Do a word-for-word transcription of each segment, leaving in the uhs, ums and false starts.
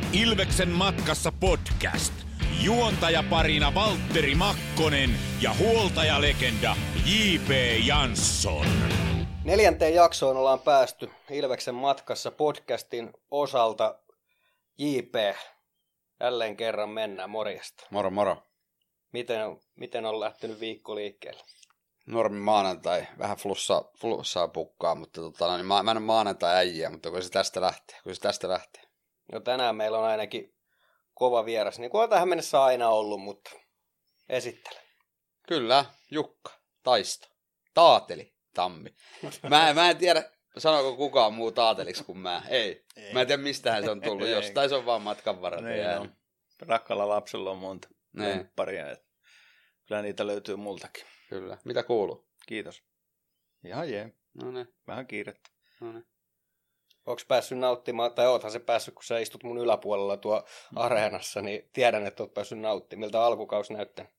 Ilveksen matkassa podcast. Juontajaparina Valtteri Makkonen ja huoltajalegenda J P Jansson. Neljänteen jaksoon ollaan päästy Ilveksen matkassa podcastin osalta. J P, jälleen kerran mennään, morjesta. Moro moro. Miten, miten on lähtenyt viikko liikkeelle? Normi maanantai, vähän flussaa, flussaa pukkaa, mutta tota, no, niin mä, mä en ole maanantai äijä, mutta kun se tästä lähtee, kun se tästä lähtee. No tänään meillä on ainakin kova vieras, niin kuin on tähän mennessä aina ollut, mutta esittele. Kyllä, Jukka, Taisto, Taateli, Tammi. Mä, mä en tiedä, sanoiko kukaan muu taateliksi kuin mä. Ei. Ei. Mä en tiedä, mistähän se on tullut. Jostain se on vaan matkan varrella. Niin, no. Rakkaalla lapsella on monta paria. Kyllä niitä löytyy multakin. Kyllä. Mitä kuuluu? Kiitos. Ihan jee. No niin. Vähän kiirettä. No niin. Onko päässyt nauttimaan, tai oothan se päässyt, kun sä istut mun yläpuolella tuo areenassa, niin tiedän, että oot päässyt nauttimaan. Miltä alkukaus näyttää?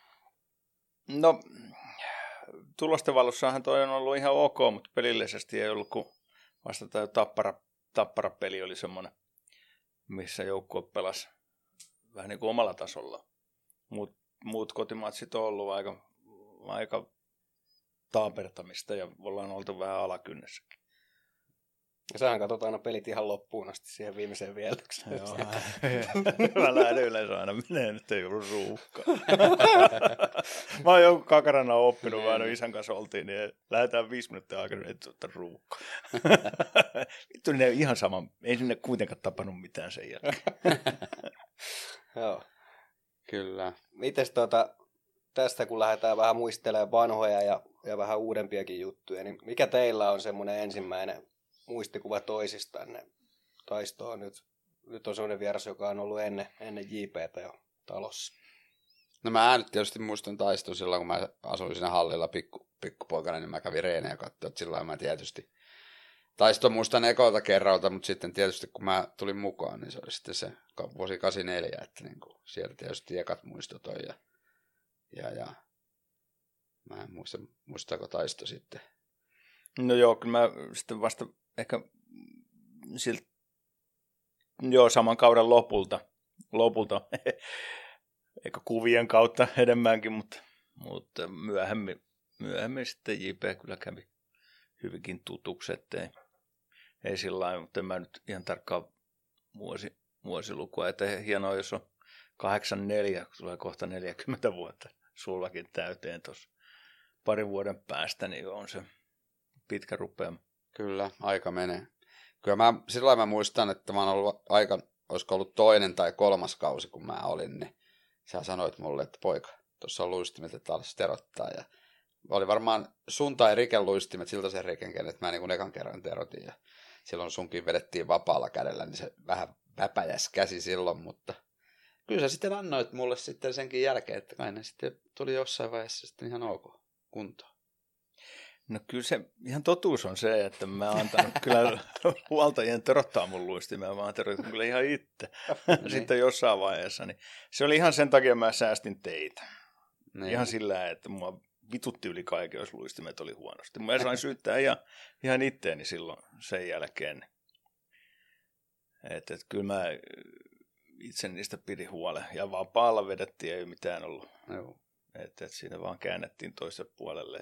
No, tulosten valossahan toi on ollut ihan ok, mutta pelillisesti ei ollut, kun vasta toi tappara, tappara-peli oli semmoinen, missä joukkue pelasi vähän niin kuin omalla tasolla. Mut, muut kotimatsit on ollut aika, aika taapertamista ja ollaan oltu vähän alakynnessäkin. Ja sähän katsot aina pelit ihan loppuun asti siihen viimeiseen vieläkseen. Joo, mä lähden yleensä aina menee, nyt ei ollut ruuhkaa. Mä oon jonkun kakarana oppinut, vaan isän kanssa oltiin, niin lähdetään viisi minuuttia aikana, että ottaa ruuhkaa. Vittu, ne ihan sama, ei sinne kuitenkaan tapannut mitään sen jälkeen. Joo. Kyllä. Mites tuota, tästä kun lähdetään vähän muistelemaan vanhoja ja, ja vähän uudempiakin juttuja, niin mikä teillä on semmoinen ensimmäinen muistikuva toisistanne? Taisto on nyt, nyt on semmoinen vieras, joka on ollut ennen, ennen J P:tä jo talossa. No mä nyt tietysti muistan Taiston silloin, kun mä asuin siinä hallilla pikku, pikkupoikana, niin mä kävin reenejä katsoa, että silloin mä tietysti Taiston muistan ekolta kerralta, mutta sitten tietysti kun mä tulin mukaan, niin se oli sitten se vuosi kahdeksankymmentäneljä, että niin kuin sieltä tietysti ekat muistot on ja, ja, ja mä en muista, muistaako Taisto sitten. No joo, kyllä mä sitten vasta ehkä siltä, joo, saman kauden lopulta, lopulta, eikä kuvien kautta enemmänkin, mutta, mutta myöhemmin, myöhemmin sitten J P kyllä kävi hyvinkin tutuksi, ettei ei sillä lailla, mutta en mä nyt ihan tarkkaan vuosi, vuosilukua, että hienoa, jos on kahdeksankymmentäneljä, kun tulee kohta neljäkymmentä vuotta sullakin täyteen tuossa parin vuoden päästä, niin on se pitkä rupeama. Kyllä, aika menee. Kyllä mä, silloin mä muistan, että mä oon ollut aika, olisiko ollut toinen tai kolmas kausi, kun mä olin, niin sä sanoit mulle, että poika, tuossa on luistimet, että alas terottaa. Ja oli varmaan sun tai Riken luistimet, siltä sen Riken, että mä niin kuin ekan kerran terotin. Ja silloin sunkin vedettiin vapaalla kädellä, niin se vähän väpäjäs käsi silloin, mutta kyllä sä sitten annoit mulle sitten senkin jälkeen, että kai ne sitten tuli jossain vaiheessa sitten ihan ok kuntoon. No kyllä se ihan totuus on se, että mä oon antanut kyllä huoltajien terottaa mun luistimia, mä oon terottanut kyllä ihan itse. niin. Sitten jossain vaiheessa, niin se oli ihan sen takia, mä säästin teitä. Niin. Ihan sillä, että mua vitutti yli kaiken, jos luistimet oli huonosti. Mä sain syyttää ihan, ihan itteeni silloin sen jälkeen. Että et, kyllä mä itse niistä pidin huolen. Ja vapaalla vedettiin, ei mitään ollut. Että et siinä vaan käännettiin toiselle puolelle.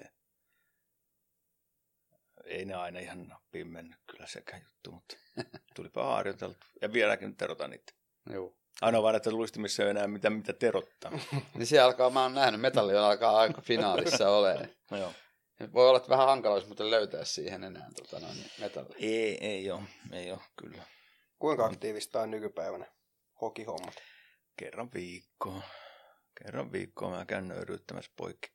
Ei ne aina ihan nappiin mennyt kyllä sekään juttu, mutta tulipa harjoiteltu. Ja vieläkin terotan itse. Joo. Ainoa vaan, että luistimissa ei ole enää mitään, mitä terottaa. niin siellä alkaa, mä oon nähnyt, metalli alkaa aika finaalissa olemaan. No joo. Voi olla, että vähän hankala olisi muuten löytää siihen enää tota, noin, metallia. Ei, ei ole, ei ole kyllä. Kuinka aktiivista on nykypäivänä hokihommat? Kerran viikkoon. Kerran viikkoon mä käyn nöyryyttämässä poikki.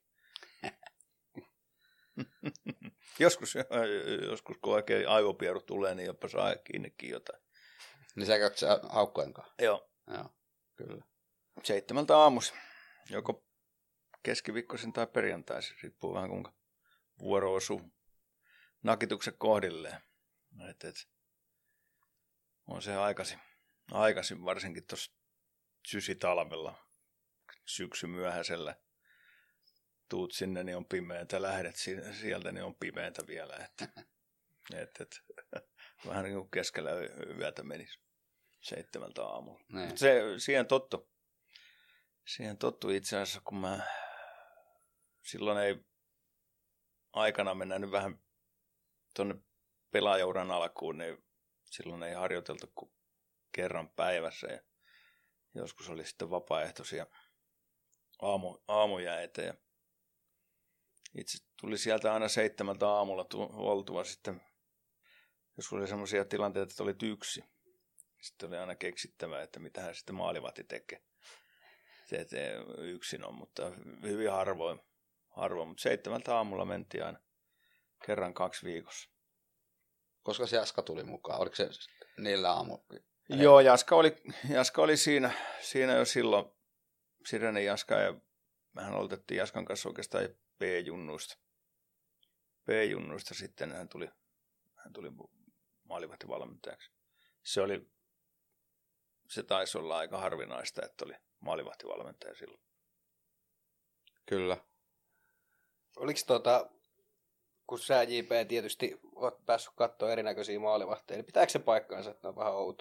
joskus, joskus kun oikein aivopieru tulee, niin jopa saa kiinnikin jotain. Niin sä käyt sä haukkojenkaan? Joo. Joo, kyllä. Seitsemältä aamussa. Joko keskiviikkoisin tai perjantaisin, riippuu vähän kuinka vuoro osuu nakituksen kohdilleen. Et, et, on se aikaisin, aikaisin varsinkin tuossa sysitalvella, syksy myöhäisellä. Tuut sinne, niin on pimeätä, lähdet sieltä, niin on pimeätä vielä. Että, et, et, vähän niin kuin keskellä yötä menisi. seitsemältä aamulla. Niin. Mut se, siihen tottu. Siihen tottu itse asiassa, kun mä silloin ei aikana mennä nyt vähän tuonne pelaajauran alkuun, niin silloin ei harjoiteltu kuin kerran päivässä ja joskus oli sitten vapaaehtoisia aamu, aamuja eteen. Ja itse tuli sieltä aina seitsemältä aamulla tu- oltua sitten, jos oli sellaisia tilanteita, että olit yksi. Sitten oli aina keksittävä, että mitä hän sitten maalivahti tekee. Se ettei yksin on, mutta hyvin harvoin. harvoin. Mutta seitsemältä aamulla mentiin aina kerran kaksi viikossa. Koska se Jaska tuli mukaan? Oliko se niillä aamu? Joo, Jaska oli, Jaska oli siinä, siinä jo silloin. Sirenen Jaska ja mehän aloitettiin Jaskan kanssa oikeastaan B-junnuista. B-junnuista sitten hän tuli, hän tuli maalivahtivalmentajaksi. Se oli, se taisi olla aika harvinaista, että oli maalivahtivalmentaja silloin. Kyllä. Oliko tota, kun sä J P tietysti oot päässyt katsoa erinäköisiä maalivahteja, niin pitääkö se paikkaansa, että on vähän outo?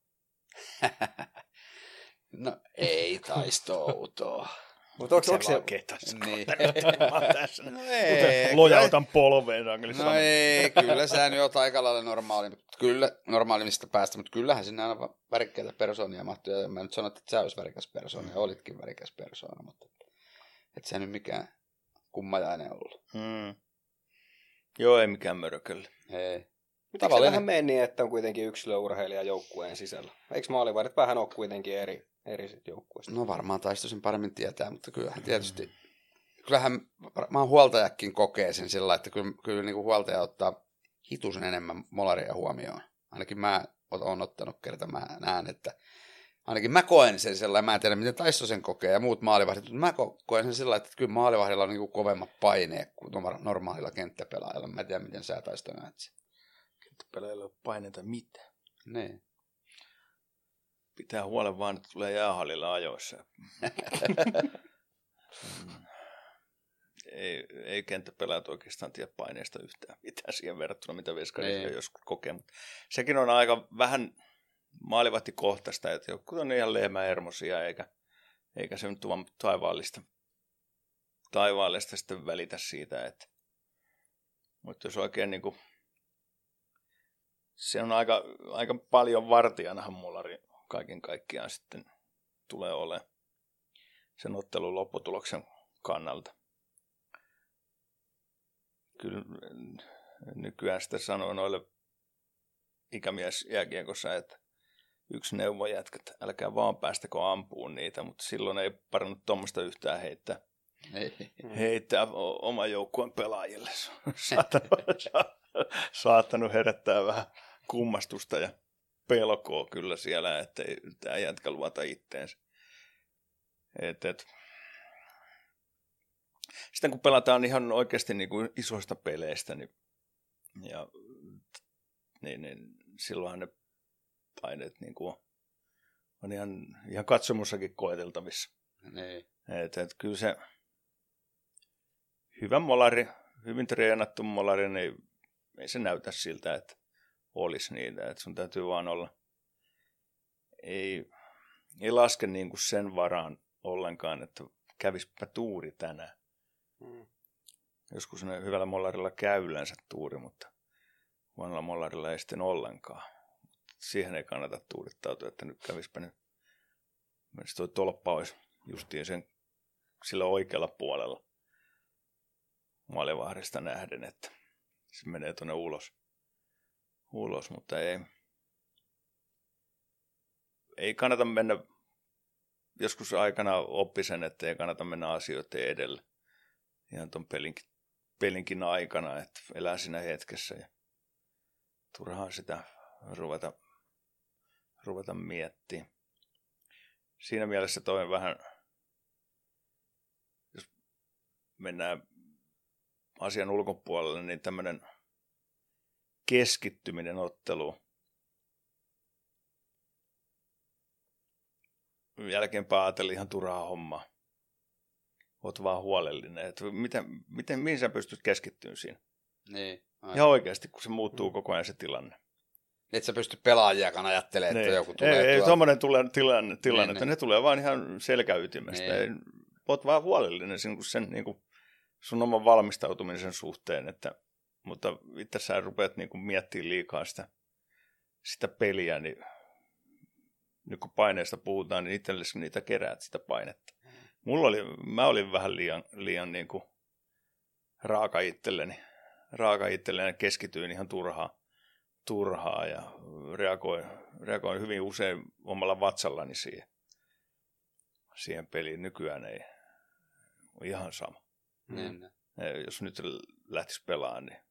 No ei taisto outoa. Mutta onko, onko se... Niin. No ei. Lojautan polveen. No ei, kyllä sä nyt oot aika lailla normaali. Kyllä, normaalimista päästä, mutta kyllähän sinne aina värikkäitä persoonia mahtuu. Ja mä nyt sanon, että sä olisi värikäs persoona ja olitkin värikäs persoona, mutta et sä nyt mikään kummajainen ollut. Hmm. Joo, ei mikään mörkölle. Ei. Mutta eikö se vähän mene niin, että on kuitenkin yksilöurheilija joukkueen sisällä? Eikö maalivahdit vähän ole kuitenkin eri, eri sit joukkueista? No varmaan taistoisin paremmin tietää, mutta kyllähän tietysti, kyllähän varmaan huoltajakin kokee sen sillä, että kyllä, kyllä niin kuin huoltaja ottaa hitusen enemmän molaria huomioon. Ainakin mä oon ottanut kerta, mä näen, että ainakin mä koen sen sellainen, mä en tiedä miten Taisto sen kokee ja muut maalivahdit, mutta mä koen sen sillä, että kyllä maalivahdilla on niin kuin kovemmat paineet kuin normaalilla kenttäpelaajalla. Mä en tiedä, miten sä Taisto näet sen. Kenttäpelaajilla ei ole paineita mitään. Niin. Pitää huolen vaan, että tulee jäähallilla ajoissa. ei, ei kenttäpelaajat oikeastaan tiedä paineista yhtään mitään siihen verrattuna, mitä veskarissa joskus kokee. Mutta sekin on aika vähän maalivahtikohtaista, että joku on ihan lehmähermosia, eikä, eikä se nyt vaan taivaallista, taivaallista sitten välitä siitä. Että, mutta jos oikein niin kuin, se on aika, aika paljon vartijanahan mullari kaiken kaikkiaan sitten tulee olemaan sen ottelun lopputuloksen kannalta. Kyllä nykyään sitä sanoo noille ikämies jääkiekossa, että yksi neuvo jätkät, älkää vaan päästäkö ampuun niitä, mutta silloin ei parannut tuommoista yhtään heittää, ei. heittää oman joukkueen pelaajille. Saattanut, saattanut herättää vähän kummastusta ja pelkoa kyllä siellä, että tämä jätkä luota itteensä. Et, et. Sitten kun pelataan ihan oikeasti niin kuin isoista peleistä, niin, ja, niin, niin silloinhan ne paineet niin kuin on ihan, ihan katsomussakin koeteltavissa. Niin. Et, et kyllä se hyvä molari, hyvin treenattu molari, niin ei se näytä siltä, että olisi niitä. Että sun täytyy vaan olla, ei, ei laske niin kuin sen varaan ollenkaan, että kävispä tuuri tänään. Mm. Joskus hyvällä mollarilla käy yleensä tuuri, mutta huonolla mollarilla ei sitten ollenkaan. Siihen ei kannata tuurittautua, että nyt kävispä nyt. Mielestäni toi tolppa olisi justiin sen sillä oikealla puolella maalivahdista nähden, että se menee tuonne ulos. ulos, mutta ei, ei kannata mennä, joskus aikana oppi sen, että ei kannata mennä asioiden edelle ihan tuon pelinkin, pelinkin aikana, että elää siinä hetkessä ja turhaan sitä ruveta, ruveta miettimään. Siinä mielessä toi vähän, jos mennään asian ulkopuolelle, niin tämmöinen keskittyminen otteluun. Jälkeenpäin ajattelin ihan turhaa hommaa. Oot vaan huolellinen. Että miten, miten, mihin sä pystyt keskittymään siinä? Niin. Ja oikeasti, kun se muuttuu koko ajan se tilanne. Et sä pysty pelaajiakaan ajattelemaan, että ne, joku tulee ei, ei tuolta. tommoinen tilanne, tilanne, tilanne ne, että ne. ne tulee vaan ihan selkäytimestä. Ne. Ei, oot vaan huolellinen sen, sen niin kuin sun oman valmistautumisen suhteen, että, mutta itse sä rupeat niin kuin miettimään liikaa sitä, sitä peliä, niin nyt kun paineesta puhutaan, niin itsellesi niitä keräät sitä painetta. Mulla oli, mä olin vähän liian, liian niin kuin raaka itselleni. Raaka itselleni ja keskityin ihan turhaa, turhaa ja reagoin, reagoin hyvin usein omalla vatsallani siihen, siihen peliin. Nykyään ei ole ihan sama. Niin. Jos nyt lähtisi pelaamaan, niin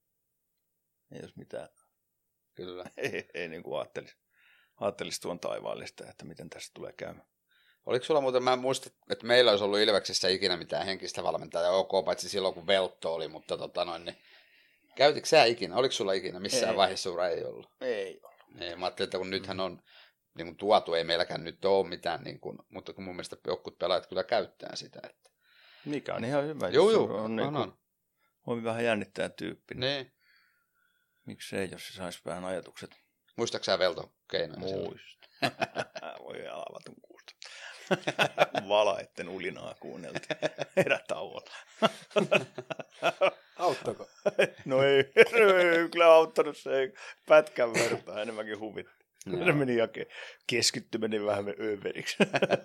ei olisi mitään. Kyllä. Ei, ei niin kuin ajattelisi, ajattelisi tuon taivaallista, että miten tästä tulee käymään. Oliko sulla muuten, mä en muista, että meillä olisi ollut Ilveksessä ikinä mitään henkistä valmentajaa, ok, paitsi silloin kun Veltto oli, mutta tota noin, niin käytitkö sä ikinä, oliko sulla ikinä, missään ei. vaiheessa ura ei ollut? Ei ollut. Ei, mä ajattelin, että kun nythän on niin kuin tuotu, ei meilläkään nyt ole mitään, niin kuin, mutta kun mun mielestä jotkut pelaajat kyllä käyttää sitä. Että... Mikä on ihan hyvä, joo, jos joo, on, on, niin on. on vähän jännittää tyyppi. Niin. Miksei, jos se saisi vähän ajatukset. Muistatko sä Velton keinoja? Muista. Voi alavatun kuusta. Valaitten ulinaa kuunneltiin erätauolla. Auttoiko? No ei, ei kyllä auttanut, se ei pätkän vertaa, enemmänkin huvitti. Se meni jake, keskitty meni vähän överiksi.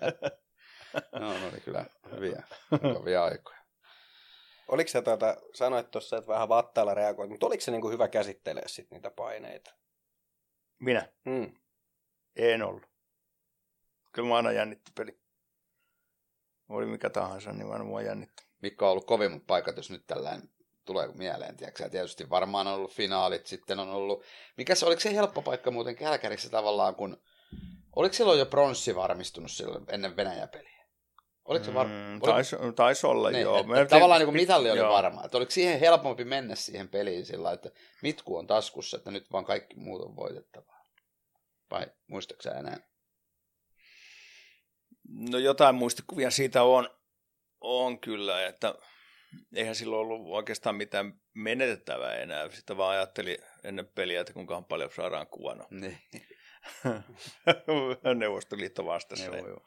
No, no oli kyllä hyviä, hyviä aikoja. Oliko se tuota, sanoit tuossa, että vähän vattailla reagoit, mutta oliko se niinku hyvä käsittelee sit niitä paineita? Minä? Mm. En ollut. Kyllä mä aina jännitti peli. Oli mikä tahansa, niin aina mua jännitti. Mikä on ollut kovimmat paikat, jos nyt tällainen tulee mieleen, tiedätkö? Ja tietysti varmaan on ollut finaalit, sitten on ollut... Mikä se, oliko se helppo paikka muuten Kälkärissä tavallaan, kun... Oliko silloin jo pronssi varmistunut silloin ennen Venäjä-peliä? Oliko se var... mm, taisi, taisi olla, niin, joo. Että, että tavallaan niin kuin mitalli oli joo. varma. Että oliko siihen helpompi mennä siihen peliin sillä että mitku on taskussa, että nyt vaan kaikki muut on voitettavaa? Vai muistatko sä enää? No jotain muistikuvia siitä on, on kyllä, että eihän silloin ollut oikeastaan mitään menetettävää enää. Sitä vaan ajatteli ennen peliä, että kuinka paljon saadaan kuvana. Niin. Neuvostoliitto vastassa. Joo, joo.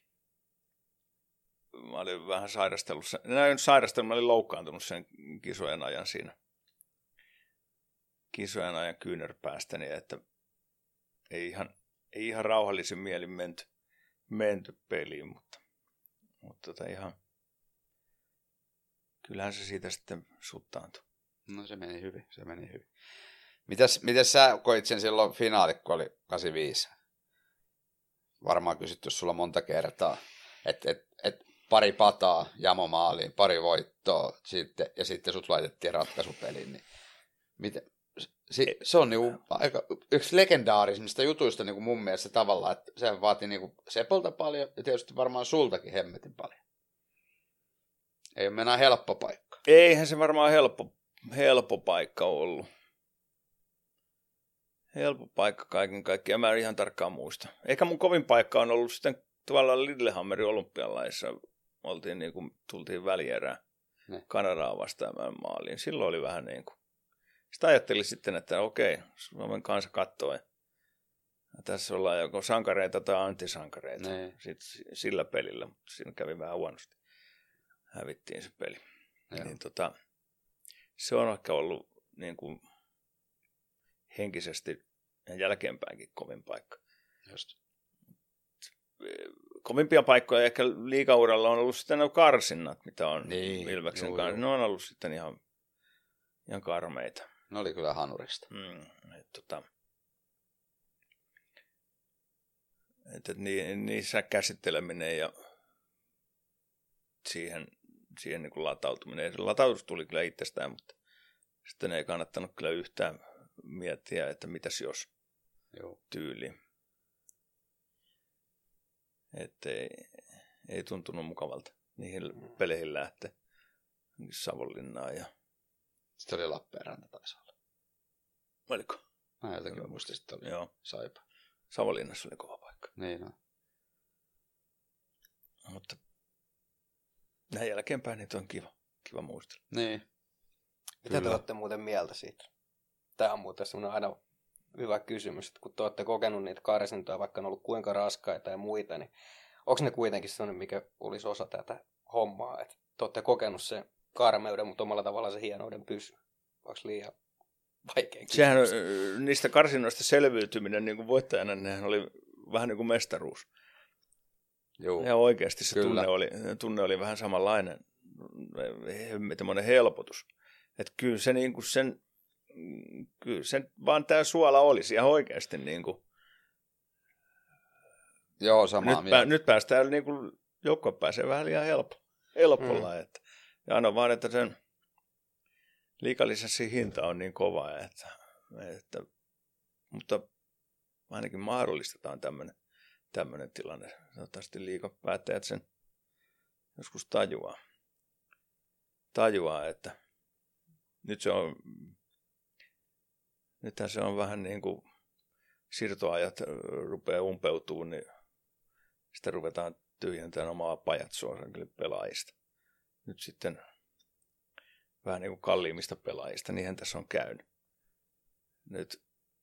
Mä olin vähän sairastellut sen. En nyt sairastellut, mä olin loukkaantunut sen kisojen ajan siinä. Kisojen ajan kyynärpäästäni, että ei ihan, ei ihan rauhallisin mielin menty, menty peliin, mutta, mutta tota ihan, kyllähän se siitä sitten suttaantui. No se meni hyvin, se meni hyvin. Mitäs, mitäs sä koit sen silloin finaali, kun oli kahdeksankymmentäviisi? Varmaan kysytty sulla monta kertaa, että et, et pari pataa jamomaaliin, pari voittoa sitten, ja sitten sut laitettiin ratkaisupeliin. Niin miten, se, se on niinku aika yksi legendaarisimmista jutuista niinku mun mielestä tavallaan, että se vaati niinku Sepolta paljon ja tietysti varmaan sultakin hemmetin paljon. Ei ole mennä helppo paikka. Eihän se varmaan helppo, helppo paikka ollut. Helppo paikka kaiken kaikkiaan, mä en ihan tarkkaan muista. Eikä mun kovin paikka on ollut sitten tuolla Lillehammerin olympialaissa. Oltiin niin kuin, tultiin välierään ne. Kanadaa vastaan maaliin. Silloin oli vähän niin kuin, sitä ajattelin sitten, että okei, Suomen kansa katsoo. Ja tässä ollaan joko sankareita tai antisankareita. Ne. Sitten sillä pelillä, mutta siinä kävi vähän huonosti. Hävittiin se peli. Niin, tota, se on ehkä ollut niin kuin, henkisesti ja jälkeenpäinkin kovin paikka. Just. Kovimpia paikkoja ehkä liigauralla on ollut sitten ne karsinnat, mitä on niin, Ilveksen juu, kanssa. juu. Ne on ollut sitten ihan, ihan karmeita. Ne oli kyllä hanurista. Mm, et, tota, et, et, ni, niissä käsitteleminen ja siihen, siihen niin kuin latautuminen. Se latautus tuli kyllä itsestään, mutta sitten ei kannattanut kyllä yhtään miettiä, että mitäs jos Joo. tyyli. Että ei, ei tuntunut mukavalta niihin peleihin lähteä Savonlinnaan. Ja... Sitten oli Lappeenranta taisi olla. Oliko? Mä jotenkin muistin, että oli Joo. Saipa. Savonlinnassa oli kova paikka. Niin no. Mutta näin jälkeenpäin niitä on kiva, kiva muistella. Niin. Mitä te Kyllä. olette muuten mieltä siitä? Tämä on muuten semmoinen aina hyvä kysymys, että kun te olette kokenut niitä karsintoja, vaikka on ollut kuinka raskaita ja muita, niin onko ne kuitenkin sellainen, mikä olisi osa tätä hommaa, että te olette kokenut sen karmeuden, mutta omalla tavalla se hienouden pysyy? Onko liian vaikea kysymys? Sehän niistä karsinnoista selviytyminen niin kuin voittajana, nehän oli vähän niin kuin mestaruus. Joo. Ja oikeasti se Kyllä. tunne oli, tunne oli vähän samanlainen, tämmöinen helpotus. Että kyllä se niin kuin sen, kyllä sen vaan tämä suola olisi ihan oikeasti niin kuin. Joo, samaa nyt, mieltä. pää, nyt päästään niin kuin, joukko pääsee vähän liian helppo, helpolla. Mm. Että, ja aina vaan, että sen liikalisenssin hinta on niin kova, että, että, mutta ainakin mahdollistetaan tämmöinen, tämmöinen tilanne. Toivottavasti liigapäättäjät sen joskus tajuaa, tajuaa, että nyt se on, nythän se on vähän niin kuin siirtoajat rupeaa umpeutumaan, niin sitten ruvetaan tyhjentämään omaa pajatsoa pelaajista. Nyt sitten vähän niin kuin kalliimmista pelaajista, niinhän tässä on käynyt. Nyt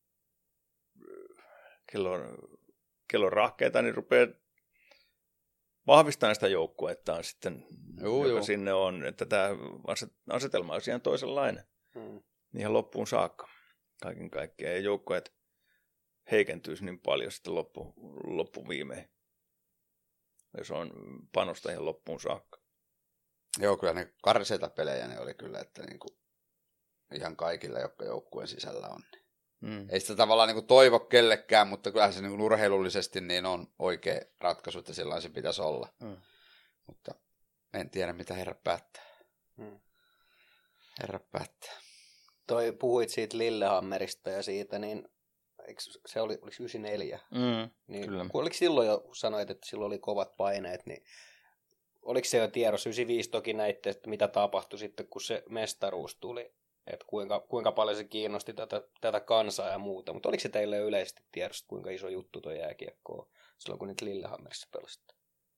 kello on, kello on rahkeita, niin rupeaa vahvistamaan sitä joukkuettaan sitten, Juu, joka juu. sinne on. Että tämä asetelma olisi ihan toisenlainen. Hmm. Ihan loppuun saakka kaiken kaikkiaan. Ja joukkueet heikentyisi niin paljon sitten loppu, loppuviimein, jos on panosta ihan loppuun saakka. Joo, kyllä ne karseita pelejä ne oli kyllä, että niinku ihan kaikilla, jotka joukkueen sisällä on. Mm. Ei sitä tavallaan niinku toivo kellekään, mutta kyllähän se niinku urheilullisesti niin on oikea ratkaisu, että sellainen se pitäisi olla. Mm. Mutta en tiedä, mitä herra päättää. Hmm. Herra päättää. Toi, puhuit siitä Lillehammerista ja siitä, niin eikö se oli, oliko yhdeksänkymmentäneljä? Mm, Niin, kyllä. kun oliko silloin jo, sanoit, että silloin oli kovat paineet, niin oliko se jo tiedossa? yhdeksänkymmentäviisi toki näitte, että mitä tapahtui sitten, kun se mestaruus tuli, että kuinka, kuinka paljon se kiinnosti tätä, tätä kansaa ja muuta, mutta oliko se teille yleisesti tiedossa, kuinka iso juttu tuo jääkiekko on silloin, kun niitä Lillehammerissa pelasitte?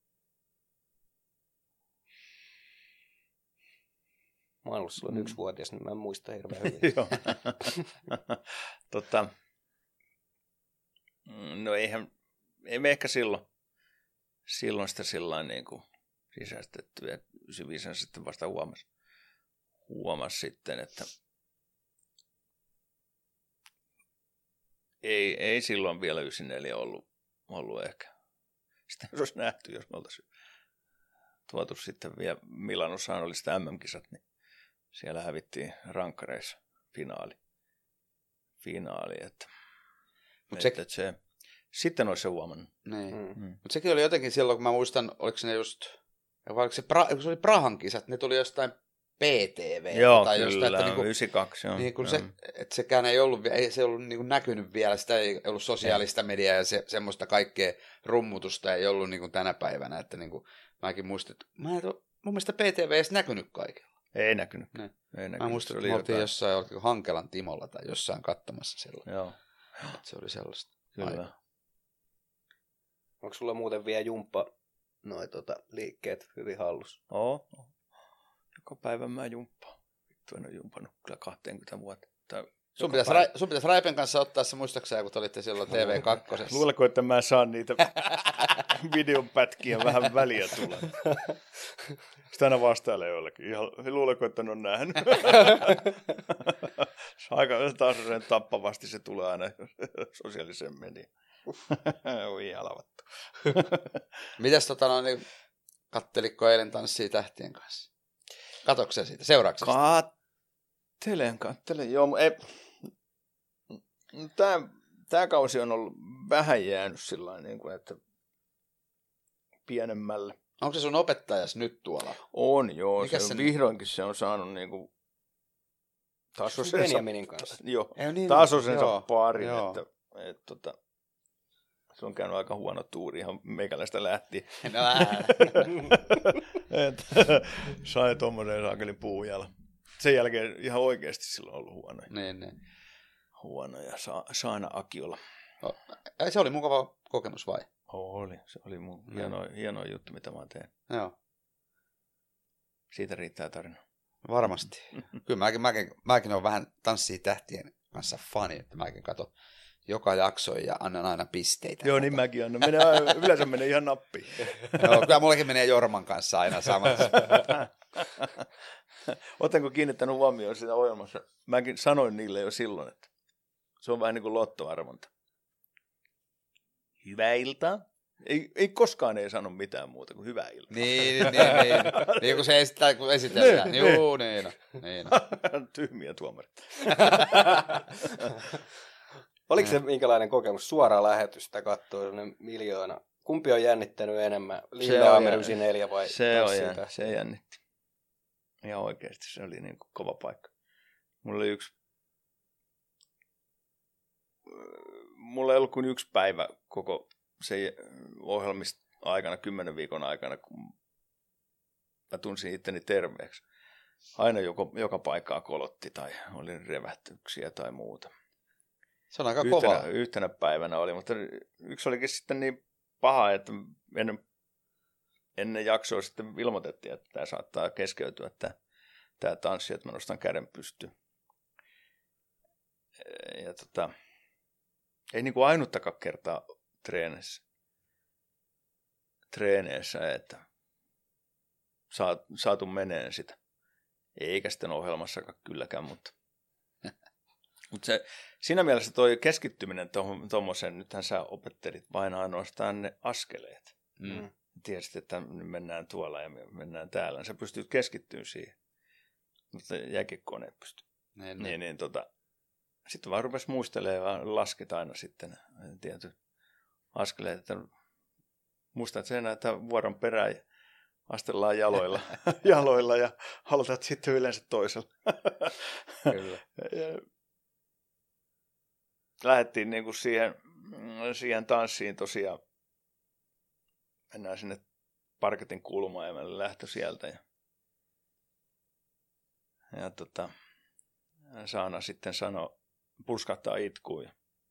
Mä oon ollut silloin yksivuotias, niin mä en muista hirveän hyvin. Joo. tota, no eihän, ei me ehkä silloin, silloin sitä sillain niin kuin sisäistetty, ja yhdeksänkymmentäviisi sitten vasta huomasi, huomasi sitten, että ei, ei silloin vielä yhdeksänkymmentäneljä ollut, ollut ehkä. Sitä jos olisi nähty, jos me oltaisiin tuotu sitten vielä Milanossaan oli sitä M M-kisat, niin siellä hävittiin rankkareissa finaali. Finaali, että, Mut että, se, että se, sitten olisi se huomannut. niin. Mm. Mm. Mutta sekin oli jotenkin silloin, kun mä muistan, oliko se ne just, vai oliko se, pra, se oli Prahan kisat, ne tuli jostain P T V. Joo, tai kyllä, jostain, että niinku, yhdeksänkymmentäkaksi. Joo. niin kun joo. se, että sekään ei ollut, ei se ollut niinku näkynyt vielä, sitä ei ollut sosiaalista mediaa ja se, semmoista kaikkea rummutusta ei ollut niinku tänä päivänä, että niinku, mäkin muistin, että mä en ole, mun mielestä P T V ei edes näkynyt kaikilla. Ei näkynyt. Ne. Ei näkynyt. Mä muistan, Se että oli me oltiin jotain- jossain oliko Hankelan Timolla tai jossain katsomassa silloin. Joo, Että se oli sellaista. kyllä. Aivan. Onko sulla muuten vielä jumppa noi tota, liikkeet hyvin hallussa? Oo. Joka päivä mä jumppaan. Vittu en ole jumpannut kyllä kaksikymmentä vuotta. Tai Sun joka pitäisi, päivä. Ra- sun pitäisi Raipen kanssa ottaa se muistaakseni, kun te olitte silloin T V kaksi. Luuletko, että mä saan niitä videon pätkiä vähän väliä tulee? Sitä aina vastailee joillekin. Ihan, luuletko, että ne on nähnyt? Aika taas sen tappavasti se tulee aina sosiaaliseen mediaan. Oi halvattu. Mitäs tota no, niin katteliko eilen Tanssii tähtien kanssa? Katokko sä siitä? Seuraatko sä sitä? Kattelen, kattelen. Joo, ei. Tämä, tämä kausi on ollut vähän jäänyt sillä niin kuin, että pienemmälle. Onko se sun opettajas nyt tuolla? On, joo. Mikäs Se se on, nyt- vihdoinkin se on saanut niin kuin tasoisensa, Benjaminin kanssa. joo, Ei, niin, tasoisensa joo, parin. joo. Että, että, että, se on käynyt aika huono tuuri ihan meikäläistä lähtien. No, ää. Että sai tommoisen saakelin puujalla. Sen jälkeen ihan oikeasti silloin on ollut huonoja. niin, niin. Huonoja. Sa- Saana Akiola. No, ei, se oli mukava kokemus vai? Oli. Se oli mun Mm. hieno, hieno juttu, mitä mä teen. Joo, Siitä riittää tarina. varmasti. Kyllä mäkin, mäkin, mäkin olen vähän Tanssii tähtien kanssa fani, että mäkin katon, joka jakson ja annan aina pisteitä. Joo, niin mäkin annan. Menee, yleensä menee ihan nappiin. Joo, kyllä mullekin menee Jorman kanssa aina samassa. Oletko kiinnittänyt huomioon sitä ohjelmassa? Mäkin sanoin niille jo silloin, että se on vähän niin kuin lottoarvonta. Hyvää iltaa. Ei, ei koskaan ei sano mitään muuta kuin hyvää iltaa. Niin, niin, niin. Niin kun se esittää, kun esitellään. Ne, Juu, ne. niin on. Niin on. Tyhmiä tuomarit. Oliko se minkälainen kokemus suoraa lähetystä katsoa miljoona? Kumpi on jännittänyt enemmän? Lillehammer yhdeksänkymmentäneljä vai se on sitä? jänn, se jännitti. Ja oikeasti se oli niin kuin kova paikka. Mulla oli yksi mulla ei ollut kuin yksi päivä koko se ohjelmista aikana, kymmenen viikon aikana, kun mä tunsin itteni terveeksi. Aina joko, joka paikkaa kolotti tai oli revähtyksiä tai muuta. Se on aika yhtenä, kova. Yhtenä päivänä oli, mutta yksi olikin sitten niin paha, että ennen, ennen jaksoa sitten ilmoitettiin, että tämä saattaa keskeytyä, että tämä tanssi, että mä nostan käden pystyyn. Ja tota, ei niin kuin ainuttakaan kertaa treeneissä, treeneissä että saat, saatu meneen sitä. Eikä sitten ohjelmassakaan kylläkään, mutta, mutta se, siinä mielessä toi keskittyminen tuommoiseen, nythän sä opettelit vain ainoastaan ne askeleet. Mm. Tiesit, että mennään tuolla ja mennään täällä. Sä pystyt keskittymään siihen, mutta jääkiekkoon ei pysty. Niin, niin, niin tota, sitten vaan rupesi muistelemaan ja lasket aina sitten tietyt askeleet, että muistat sen, että vuoron perään ja astellaan jaloilla, jaloilla ja halutat sitten yleensä toisella. Kyllä. Lähdettiin niin kuin siihen, siihen tanssiin tosiaan. Mennään sinne parketin kulmaan ja meillä lähtö sieltä. Ja, ja tota, Saana sitten sanoi, purskahtaa itkuun. Ja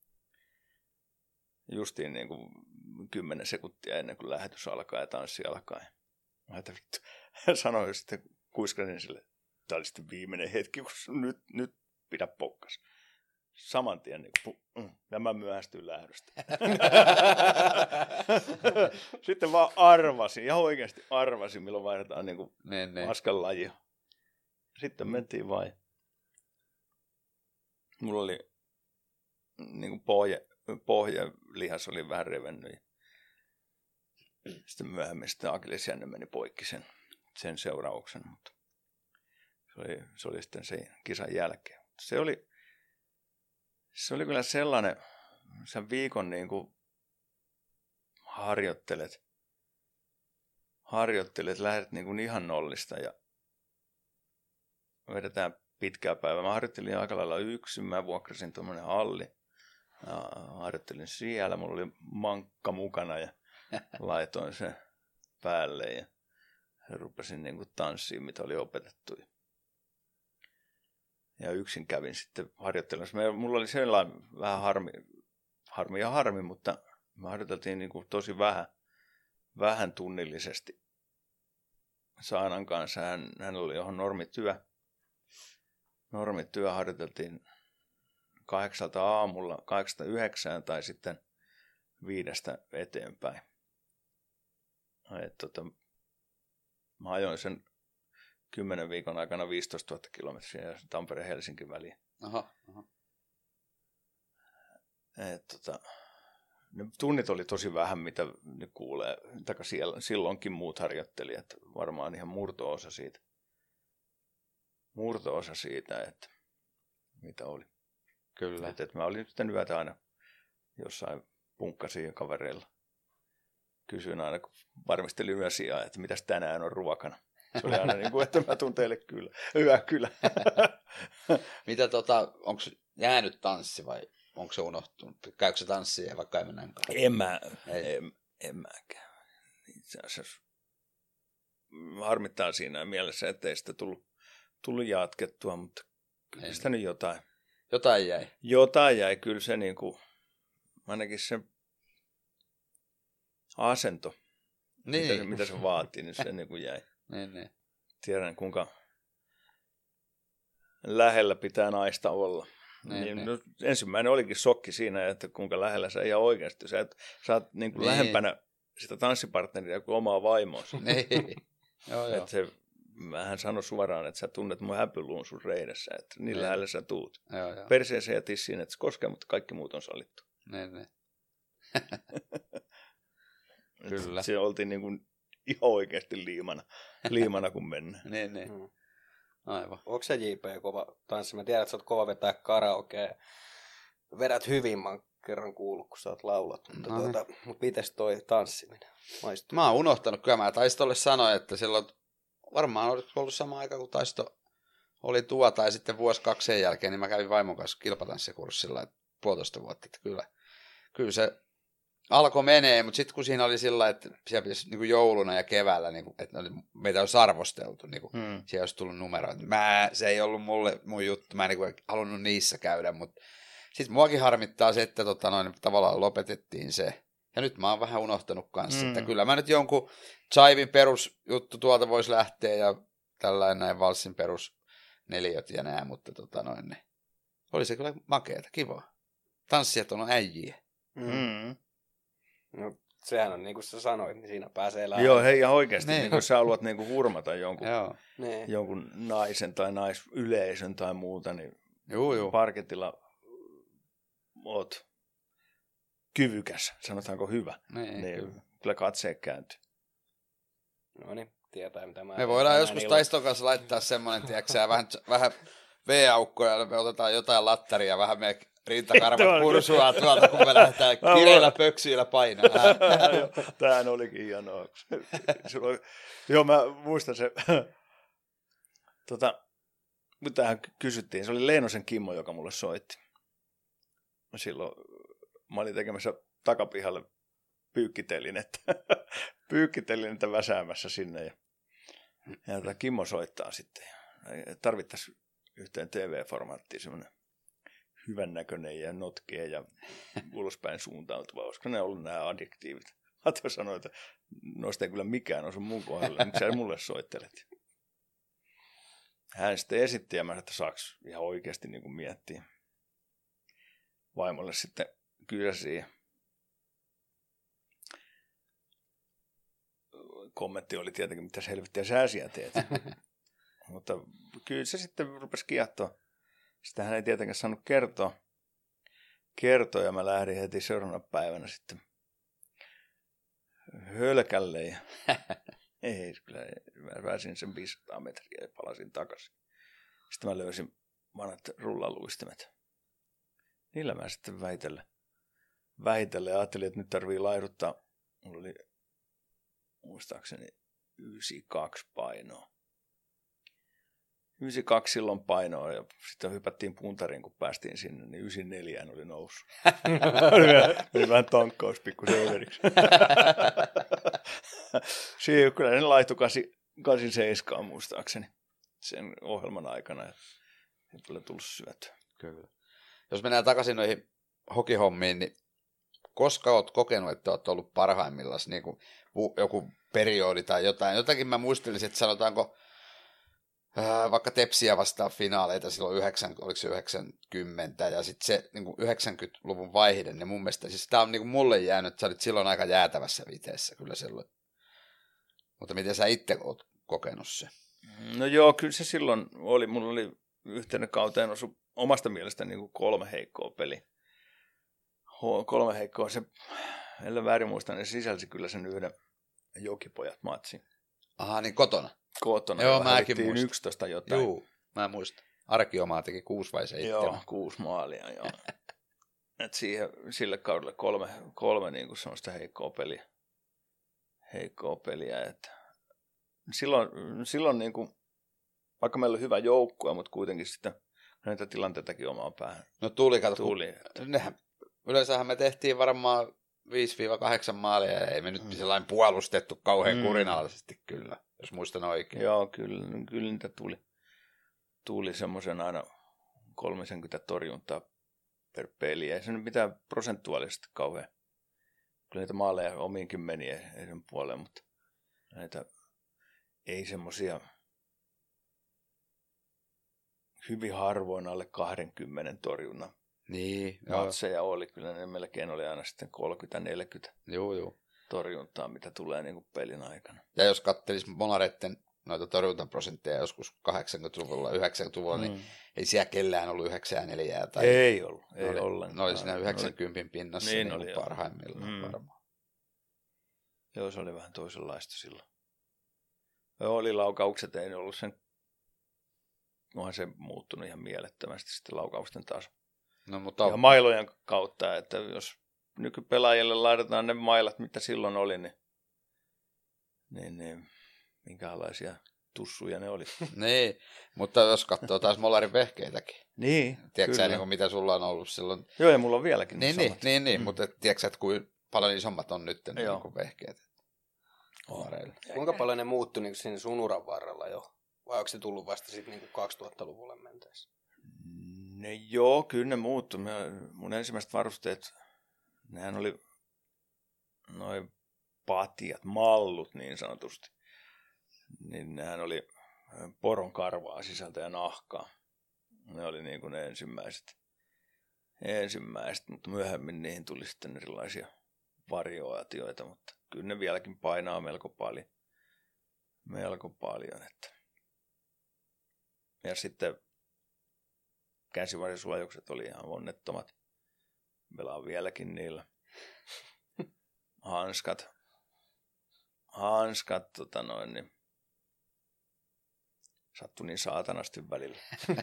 justiin niin kuin kymmenen sekuntia ennen kuin lähetys alkaa ja tanssi alkaa. Ja mä että vittu. Hän sanoi sitten, kuiskasin sille, tämä oli sitten viimeinen hetki, kun nyt, nyt pidä pokkas. Saman tien, niin kuin, ja mä myöhästyin lähdöstä. Sitten vaan arvasin, ihan oikeasti arvasin, milloin vaihdetaan niin kuin niin, niin. askan lajia. Sitten mentiin vain. Mulla oli niin kuin pohje, pohjelihas oli vähän revennyt. Sitten myöhemmin sitten akillisjänne meni poikki sen, sen seurauksen, mutta se oli, se oli sitten sen kisan jälkeen. Se oli, se oli kyllä sellainen, sen viikon niin kuin harjoittelet, harjoittelet, lähdet niin kuin ihan nollista ja vedetään pitkää päivää. Mä harjoittelin aika lailla yksin, mä vuokrasin tuommoinen halli. Ja harjoittelin siellä, mulla oli mankka mukana ja laitoin sen päälle ja rupesin niin kuin tanssiin, mitä oli opetettu. Ja yksin kävin sitten harjoittelemassa. Mulla oli sellainen vähän harmi, harmi ja harmi, mutta me harjoiteltiin niin kuin tosi vähän, vähän tunnillisesti Saanan kanssa. Hän, hän oli johon normityö. Normityö harjoiteltiin kahdeksalta aamulla, kahdeksasta yhdeksään tai sitten viidestä eteenpäin. Et, tota, mä ajoin sen kymmenen viikon aikana viisitoistatuhatta kilometriä Tampere-Helsinki väliin. Aha, aha. Et, tota, ne tunnit oli tosi vähän, mitä ne kuulee. Taka siellä, silloinkin muut harjoittelijat, varmaan ihan murto-osa siitä. Murto-osa siitä, että mitä oli. Kyllä. Et, et mä olin sitten yötä aina jossain punkkasin kavereilla. Kysyin aina, kun varmistelin yösiä, että mitäs tänään on ruokana. Se oli aina niin kuin, että mä tuun teille kyllä. Hyvä kyllä. Mitä tota, onko jäänyt tanssi vai onko se unohtunut? Käykö se tanssia vaikka ei mennä? En mä, Ei. en, en mäkään. Itse asiassa harmittaa siinä mielessä, ettei sitä tullut, tullut jatkettua, mutta kyllä Ei. sitä nyt jotain. Jotain jäi. Jotain jäi kyllä se niin kuin, ainakin se asento, Niin. mitä, mitä se vaatii, niin se niin kuin jäi. Niin, niin. Tiedän, kuinka lähellä pitää naista olla. Niin, niin, niin. no, ensimmäinen olikin shokki siinä, että kuinka lähellä sä ihan oikeasti. Sä, et, sä oot niin kuin Niin. lähempänä sitä tanssipartneria kuin omaa vaimoasi. Niin. Joo, joo. Että se, mähän sano suoraan, että sä tunnet mun häpyluun sun reidessä, että niin Niin. lähellä sä tuut. Joo, joo. Perseeseen ja tissiin, että se koskee, mutta kaikki muut on sallittu. Niin, niin. Kyllä. Se oltiin niin kuin ihan oikeasti liimana, liimana kun mennään. Niin, niin. Mm. Aivan. Onko se J P kova tanssi? Mä tiedän, että sä oot kova vetää karaokea. Vedät hyvin, mä oon kerran kuullut, kun sä oot laulat. Mutta, No niin. tuota, mutta mites toi tanssiminen? Maistuu. Mä oon unohtanut, kyllä mä Taistolle sanoin, että silloin varmaan olisi ollut sama aika, kun Taisto oli tuo, tai sitten vuosi kaksi sen jälkeen, niin mä kävin vaimon kanssa kilpatanssikurssilla, että puolitoista vuotta, että kyllä, kyllä se alkoi menee, mutta sitten kun siinä oli sillä, että siellä pitäisi niin kuin jouluna ja keväällä, niin kuin, että meitä olisi arvosteltu, niin kuin, Hmm. siellä olisi tullut numeroita. Mä, se ei ollut mulle mun juttu, mä en niin kuin halunnut niissä käydä, mutta sitten muakin harmittaa se, että tota noin, tavallaan lopetettiin se. Ja nyt mä oon vähän unohtanut kanssa, mm. että kyllä mä nyt jonkun Chaivin perusjuttu tuolta voisi lähteä ja tällainen näin valssin perusneliöt ja nää, mutta tota noin, ne. Oli se kyllä makeeta, kiva. Tanssijat on äijiä. Hmm. No, sehän on niin kuin sä sanoit, niin siinä pääsee läpi. Joo, hei ihan oikeasti, Niin. niin kun sä haluat niin kuin hurmata jonkun, Joo, Niin. jonkun naisen tai naisyleisön tai muuta, niin juu, juu. parketilla oot kyvykäs, sanotaanko hyvä, Niin, niin kyllä. kyllä katseet kääntyy. No niin, tietää mitä mä... Me voidaan tänään joskus illalla- Taiston kanssa laittaa semmoinen, tiedätkö vähän, vähän V-aukkoja, ja me otetaan jotain lattaria ja vähän me rintakarvat pursua tuolta, kun me lähdetään kireillä pöksyillä painaa. Tämähän olikin hienoa. Sulla- Joo, mä muistan se, tota, kun tähän kysyttiin, se oli Leenosen Kimmo, joka mulle soitti. Silloin mä olin tekemässä takapihalle pyykkitelinettä, pyykkitelinettä väsäämässä sinne. Ja, ja tota Kimmo soittaa sitten. Tarvittaisiin yhteen T V-formaattiin semmoinen hyvännäköinen ja notkea ja ulospäin suuntautuva. Olisiko ne ollut nämä adjektiivit? Ato sanoi, että noista ei kyllä mikään osu mun kohdalla, nyt sä mulle soittelet. Hän sitten esitti ja mä sanoin, että saaks ihan oikeasti niin kuin miettiä. Vaimolle sitten kysäsi. Kommentti oli tietenkin, mitä helvettiä sä asiaa teet. Mutta kyllä se sitten rupesi kiehtoa. Sitä hän ei tietenkään saanut kertoa. Kertoa ja mä lähdin heti seuraavana päivänä sitten hölkälle. Ja ei, kyllä mä pääsin sen viisisataa metriä ja palasin takaisin. Sitten mä löysin vanhat rullaluistimet. Niillä mä sitten väitellen, väitellen ja ajattelin, että nyt tarvii laiduttaa. Mulla oli muistaakseni yhdeksänkymmentäkaksi painoa. yhdeksänkymmentäkaksi silloin painoa ja sitten hypättiin puntariin, kun päästiin sinne, niin yhdeksänkymmentäneljä oli noussut. Oli vähän tankkaus pikkusen överiksi. Siinä kyllä ne laittoi kahdeksankymmentäseitsemän muistaakseni sen ohjelman aikana. Ja ei tule tullut syötyä. Kyllä. Jos mennään takaisin noihin hokihommiin, niin koska olet kokenut, että olet ollut parhaimmillaan niin kuin joku periodi tai jotain. Jotakin mä muistelisin, että sanotaanko ää, vaikka Tepsiä vastaan finaaleita silloin yhdeksän, oliko se yhdeksänkymmentä ja sitten se niin kuin yhdeksänkymmentäluvun vaihde, niin mun mielestä siis tämä on niin kuin mulle jäänyt, että sä olit silloin aika jäätävässä viteessä kyllä silloin. Mutta miten sä itse oot kokenut se? No joo, kyllä se silloin oli. Mulla oli yhtenä kauteen osu omasta mielestäni niin kuin kolme heikkoa peliä. Kolme heikkoa. Se, ellei väärin muista, niin se sisälsi kyllä sen yhden Jokipojat-matsin. Aha, niin kotona. Kotona. Joo, jolla mäkin hävittiin muistan. yksitoista jotain. Juu, mä muistan. Arkiomaa teki kuusi vai seitsemän. Joo, kuusi maalia. Joo. Et siihen, sille kaudelle kolme, kolme niin kuin semmoista heikkoa peliä. Heikkoa peliä. Että silloin, silloin niin kuin, vaikka meillä oli hyvä joukkue, mutta kuitenkin sitten näitä tilanteitakin omaan päähän. No tuli, kato. Tuli. Nehän, yleensähän me tehtiin varmaan viisi kahdeksan maalia ja ei me nyt mm. sellainen puolustettu kauhean mm. kurinalaisesti kyllä, jos muistan oikein. Joo, kyllä, kyllä niitä tuli, tuli semmoisen aina kolmekymmentä torjuntaa per peli. Ei se nyt mitään prosentuaalisesti kauhean. Kyllä niitä maaleja omiinkin meni sen puoleen, mutta näitä ei semmoisia hyvin harvoin alle kaksikymmentä torjunnan Niin, matseja oli. Kyllä ne melkein oli aina sitten kolmekymmentä neljäkymmentä joo, joo. torjuntaa, mitä tulee niin kuin pelin aikana. Ja jos katselisi Molareiden noita torjuntaprosentteja joskus kahdeksankymmentäluvulla, yhdeksänkymmentäluvulla, mm. niin ei siellä kellään ollut yhdeksänkymmentäneljä. Tai ei ollut, ei oli, ollenkaan. Ne oli siinä yhdeksänkymmentä pinnassa niin niin oli, parhaimmillaan mm. varmaan. Joo, se oli vähän toisenlaista silloin. Joo, oli laukaukset, ei ollut sen, onhan se muuttunut ihan mielettömästi sitten laukausten taas. No, mutta... Ja mailojen kautta, että jos nykypelaajille laitetaan ne mailat, mitä silloin oli, niin, niin, niin minkälaisia tussuja ne oli. Niin, mutta jos katsoo taas Molarin vehkeitäkin. Niin, tiedätkö sä, niin mitä sulla on ollut silloin? Joo, ja mulla on vieläkin niin, niin, niin, niin, niin mm. mutta tiedätkö sä, että kuin paljon isommat on nyt Joo. niin kuin vehkeet Molareilla? Kuinka paljon ne muuttui niin siinä sun uran varrella jo? Vai onko se tullut vasta sitten niin kaksituhattaluvulle mentäessä? Ne, joo, kyllä ne muuttui. Mun ensimmäiset varusteet, nehän oli noin patjat, mallut niin sanotusti. Niin nehän oli poron karvaa sisältä ja nahkaa. Ne oli niin kuin ne ensimmäiset. ensimmäiset, mutta myöhemmin niihin tuli sitten erilaisia variaatioita, mutta kyllä ne vieläkin painaa melko paljon. Melko paljon, että. Ja sitten käsivarisuojukset oli ihan onnettomat. Meillä vieläkin niillä. Hanskat. Hanskat, tota noin, niin sattui niin saatanasti välillä.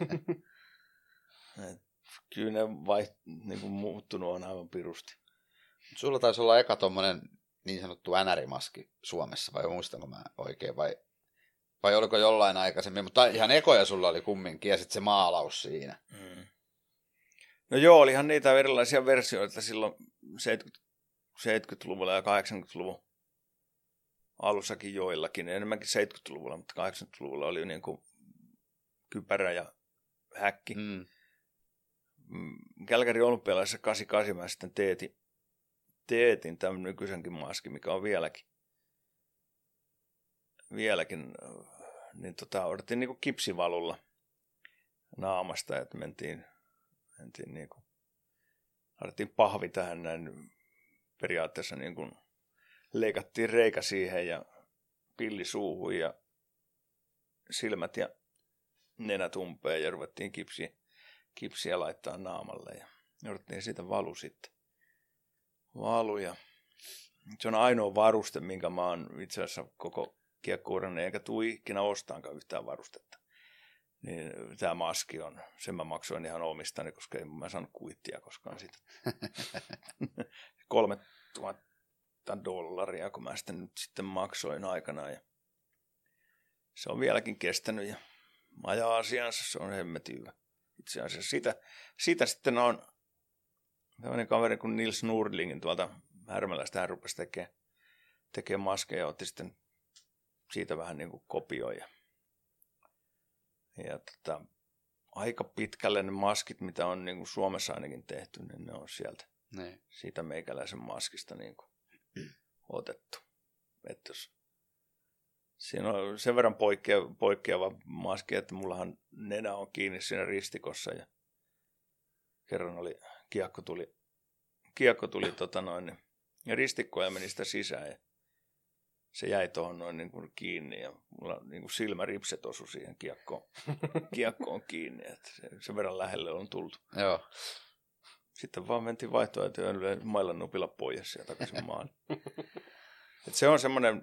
Et, kyllä ne vaiht, niin kuin muuttunut on aivan pirusti. Sulla taisi olla eka tommonen niin sanottu änärimaski Suomessa, vai muistanko mä oikein, vai, vai oliko jollain aikaisemmin, mutta ihan ekoja sulla oli kumminkin, ja sitten se maalaus siinä. Mm. No joo, olihan niitä erilaisia versioita silloin seitsemänkymmentäluvulla ja kahdeksankymmentäluvun alussakin joillakin, enemmänkin seitsemänkymmentäluvulla, mutta kahdeksankymmentäluvulla oli niin kuin kypärä ja häkki. Mm. Kälkärin olympialaisessa kahdeksankymmentäkahdeksan mä sitten teetin, teetin tämän nykyisenkin maskin, mikä on vieläkin, vieläkin niin tota, odotettiin niin kuin kipsivalulla naamasta, että mentiin, mentiin niin kuin, odotettiin pahvi tähän näin, periaatteessa niin kuin leikattiin reikä siihen ja pilli suuhun ja silmät ja nenät umpeen ja ruvettiin kipsiä, kipsiä laittaa naamalle ja jouduttiin siitä valu sitten. Valu ja se on ainoa varuste, minkä mä oon itse asiassa koko kiekkourani, eikä tule ikinä ostaankaan yhtään varustetta. Niin tämä maski on, sen mä maksoin ihan omistani, koska en mä saanut kuittia koskaan siitä. Kolme tuhatta dollaria, kun mä sitä nyt sitten maksoin aikanaan. Ja se on vieläkin kestänyt ja ajaa asiansa, se on hemmetin hyvä. Itse asiassa sitä, sitä sitten on tämmöinen kaveri kuin Nils Nordlingin tuolta Härmälästä, hän rupesi tekemään, tekemään maskeja ja otti sitten siitä vähän niin kuin kopioja. Ja tota, aika pitkälle ne maskit, mitä on niin kuin Suomessa ainakin tehty, niin ne on sieltä, ne. siitä meikäläisen maskista niin kuin otettu. Että jos siinä on sen verran poikkea, poikkeava maski, että mullahan nenä on kiinni siinä ristikossa ja kerran oli, kiekko tuli, kiekko tuli tota noin, ja ristikko ja meni sitä sisään ja se jäi tuohon noin niin kuin kiinni ja mulla niin kuin silmäripset osui siihen kiekkoon, kiekkoon kiinni, että se, sen verran lähelle on tultu. Joo. Sitten vaan mentiin vaihtoehtoja ja mailan nupilla pois ja takaisin maan. Et se on semmoinen,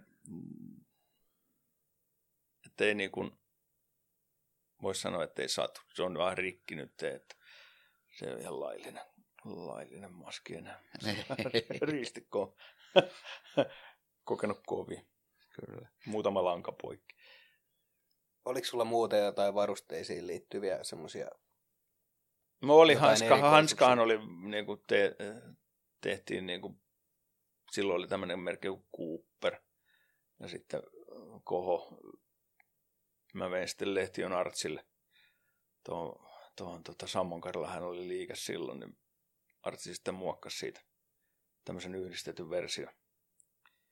että ei niin kuin, voisi sanoa, että ei satu. Se on vähän rikki nyt, että se on ihan laillinen, laillinen maski enää. Ristikko on kokenut kovin. Kyllä. Muutama lanka poikki. Oliko sulla muuten jotain varusteisiin liittyviä semmoisia? No oli hanska, hanskahan oli, niin kuin te, tehtiin, niin kuin, silloin oli tämmöinen merkki kuin Cooper. Ja sitten Koho, mä vein sitten Lehtion Artsille. Tuohon, tuohon tuota, Sammonkarilla hän oli liike silloin, niin Artsi sitten muokkasi siitä tämmöisen yhdistetyn version.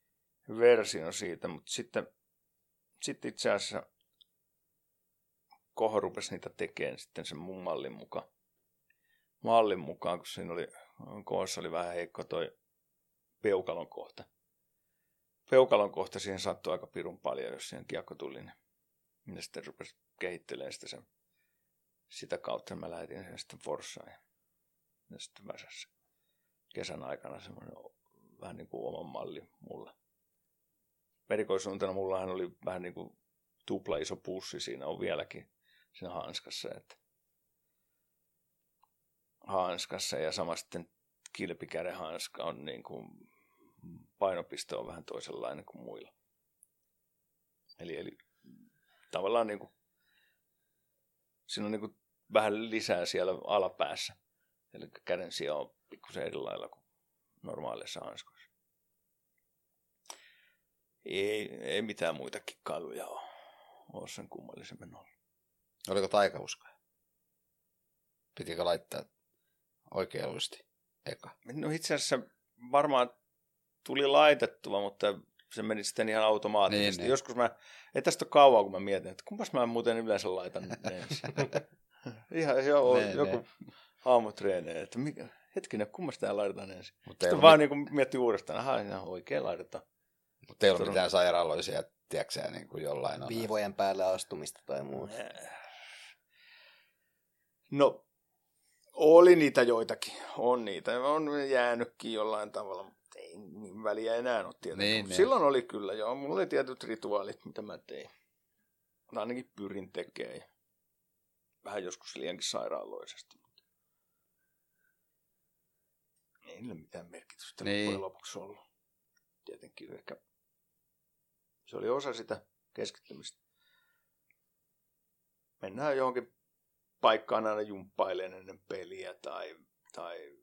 Version siitä, mutta sitten, sitten itse asiassa Koho rupesi niitä tekemään sitten sen mun mallin mukaan. Mallin mukaan, kun siinä oli, Kohossa oli vähän heikko toi peukalon kohta. Peukalon kohta siihen sattui aika pirun paljon, jos siihen kiekko tuli. Niin ja sitten rupesi kehittelemään sitä, sen, sitä kautta. Mä lähetin sen sitten Forssaan ja, ja sitten väsässä kesän aikana semmoinen vähän niin kuin oman malli mulla. Erikoisuuntena mullahan oli vähän niin kuin tupla iso pussi siinä on vieläkin siinä hanskassa. Että hanskassa ja sama sitten kilpikäden hanska on niin kuin painopiste on vähän toisenlainen kuin muilla. Eli, eli tavallaan niin kuin, siinä on niin kuin vähän lisää siellä alapäässä. Eli käden sija on pikkusen eri lailla kuin normaaleissa hanskoissa. Ei, ei mitään muita kikkailuja ole, ole sen kummallisemmin ollut. Oliko taikauskoja? Pitikö laittaa oikein luisti eka? No itse asiassa varmaan tuli laitettua, mutta se meni sitten ihan automaattisesti. Niin, niin. Joskus mä, ei tästä ole kauan, kun mä mietin, että kumpas mä muuten yleensä laitan ensin. ihan joo, ne, joku ne. Aamutreeneen, että mikä, hetkinen, kummas tää laitetaan ensin. Mutta sitten vaan mit... niin miettii uudestaan, aha, ihan oikein laitetaan. Mutta ei ole mitään sairaaloisia, tiedätkö niin kuin jollain on. Viivojen päälle astumista tai muuta. No, oli niitä joitakin. On niitä. On jäänytkin jollain tavalla, mutta ei niin väliä enää ole tietenkin. Niin, silloin niin. Oli kyllä, joo. Mulla oli tietyt rituaalit, mitä mä tein. Mä ainakin pyrin tekemään. Vähän joskus liiankin sairaaloisesti. Ei niillä mitään merkitystä niin. Lopuksi ollut. Tietenkin ehkä se oli osa sitä keskittymistä. Mennään johonkin paikkaan aina jumppailemaan ennen peliä tai, tai,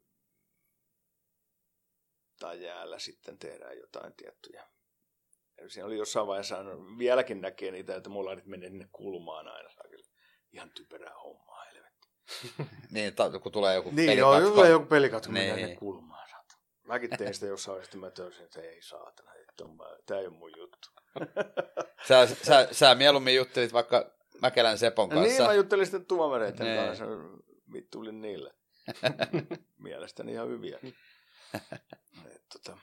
tai jäällä sitten tehdään jotain tiettyjä. Siinä oli jossain vaiheessa, vieläkin näkee niitä, että mulla menee sinne kulmaan aina. Ihan typerää hommaa, helvetti. Niin, kun tulee joku niin, pelikatko. Niin, tulee joku pelikatko, niin. Mennään ne kulmaan. Mäkin tein sitä jossain vaiheessa, mä töysin, että ei saatana, että tämä ei ole mun juttu. Sä, sä, sä mieluummin juttelit vaikka Mäkelän Sepon kanssa. Niin, mä juttelin sitten tuomareiden nee. kanssa. Vittuilin niille. Mielestäni ihan hyviä. Et, tota...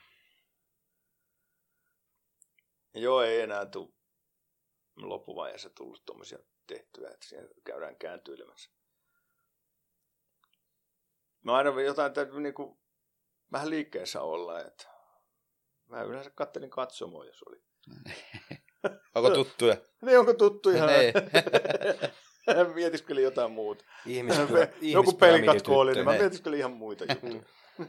Joo, ei enää tule loppuvaiheessa tullut tommosia tehtyä, että siellä käydään kääntyilemässä. Mä aina jotain täytyy niinku vähän liikkeessä olla, että mä yleensä kattelin katsomoa, jos oli. Onko tuttuja? Niin, onko tuttuja? Mietiskelin jotain muuta. Ihmispyra- Joku pelikatko oli, niin mä mietiskelin ihan muita juttuja.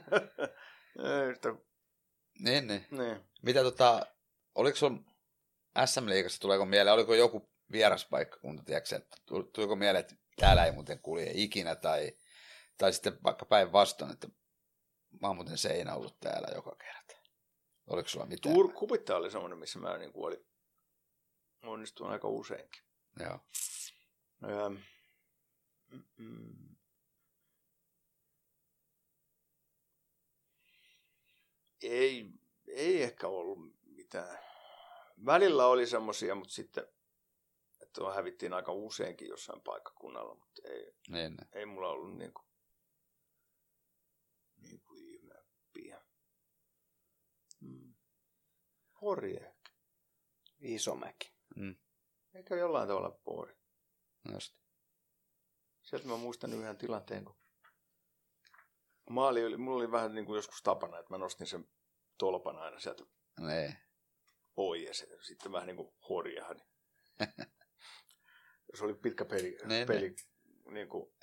niin, niin. niin. Mitä tota, oliko sun S M-liigassa, tuleeko mieleen, oliko joku vieraspaikkakunta, tiedätkö, että tuliko mieleen, että täällä ei muuten kulje ikinä, tai, tai sitten vaikka päinvastoin, että mä oon muuten seinä ollut täällä joka kerta. Oliko sulla mitään? Tur- Kupitta oli semmoinen, missä mä niin kuin oli onnistuin aika useinkin. Joo. Ähm. Mm-mm. Ei, ei ehkä ollut mitään. Välillä oli semmoisia, mutta sitten että hävittiin aika useinkin jossain paikkakunnalla, mutta ei, niin. ei mulla ollut niin kuin, niin kuin ihmeempiä. Hmm. Pori ehkä. Isomäki. Mm. Eikä jollain tavalla Pori. Just. Sieltä mä muistan yhden tilanteen, kun maali oli, mulla oli vähän niin kuin joskus tapana, että mä nostin sen tolpan aina sieltä nee. pois ja sitten vähän niin kuin horjahdi. Jos oli pitkä peli, nee, peli nee. niin kuin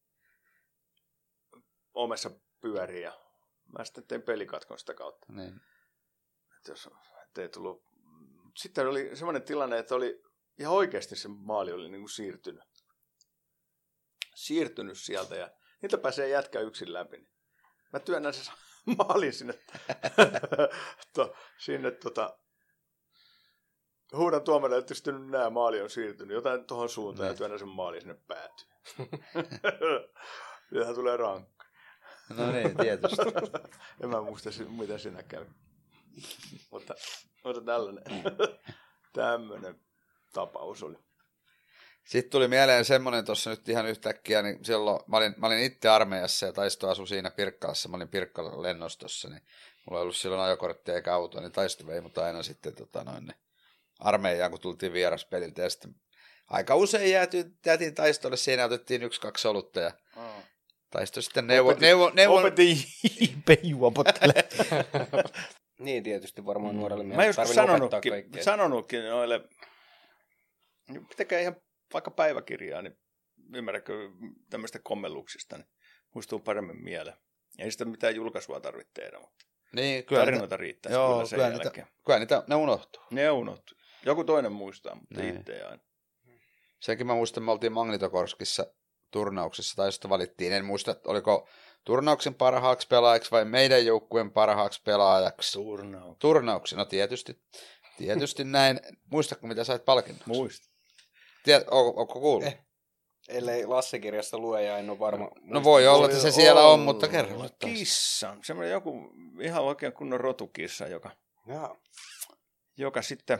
omessa pyöriin ja mä sitten tein pelikatkon sitä kautta. Nee. Että jos ei tullut. Sitten oli semmoinen tilanne, että oli ihan oikeasti se maali oli niin kuin siirtynyt. Siirtynyt sieltä ja niitä pääsee jätkä yksin läpi. Niin mä työnnän se maalin sinne, to, sinne tota, huudan tuomarille, että sitten nyt nämä maali on siirtynyt jotain tuohon suuntaan ja työnnän sen maalin sinne päätyy. Tähän tulee rankka. No niin, tietysti. En mä muista, mitä siinä käy. mutta, mutta tällainen, tämmöinen tapaus oli. Sitten tuli mieleen semmoinen tuossa nyt ihan yhtäkkiä, niin silloin mä olin, mä olin itse armeijassa ja Taisto asui siinä Pirkkalassa, mä olin Pirkkalan lennostossa, niin mulla ei ollut silloin ajokorttia eikä autoa, niin Taisto vei mut aina sitten tota noin, niin armeijaan, kun tultiin vieraspeliltä ja sitten aika usein jäätiin, jäätiin Taistolle, siinä otettiin yksi, kaksi olutta ja oh. Taisto sitten neuvo... Opetin, neuvo, neuvo... opetin J P juopottele. Niin tietysti varmaan Mm. nuorelle Mä joskus sanonutkin, sanonutkin noille, pitäkää ihan vaikka päiväkirjaa, niin ymmärrätkö tämmöistä kommelluksista, niin muistuu paremmin mieleen. Ei sitä mitään julkaisua tarvitse tehdä, mutta niin, kyllä tarinoita niitä, riittää joo, kyllä sen kyllä jälkeen. Niitä, kyllä niitä, ne unohtuu. Ne unohtuu. Joku toinen muistaa, mutta niin. itse aina. Senkin mä muistan, me oltiin Magnitokorskissa turnauksessa, tai josta valittiin, en muista, oliko turnauksen parhaaksi pelaajaksi vai meidän joukkueen parhaaksi pelaajaksi. Turnauksen. Turnauksen, no tietysti. Tietysti näin. Muistatko, mitä sait palkinnoksi? Muista. Tiedät, onko, onko kuullut? Eh, ellei Lassikirjasta lue ja en ole varma. No muista. voi olla, että se siellä on, mutta kerro. Kissa. Semmoinen joku ihan oikein kunnon rotukissa, joka, Jaa. joka sitten,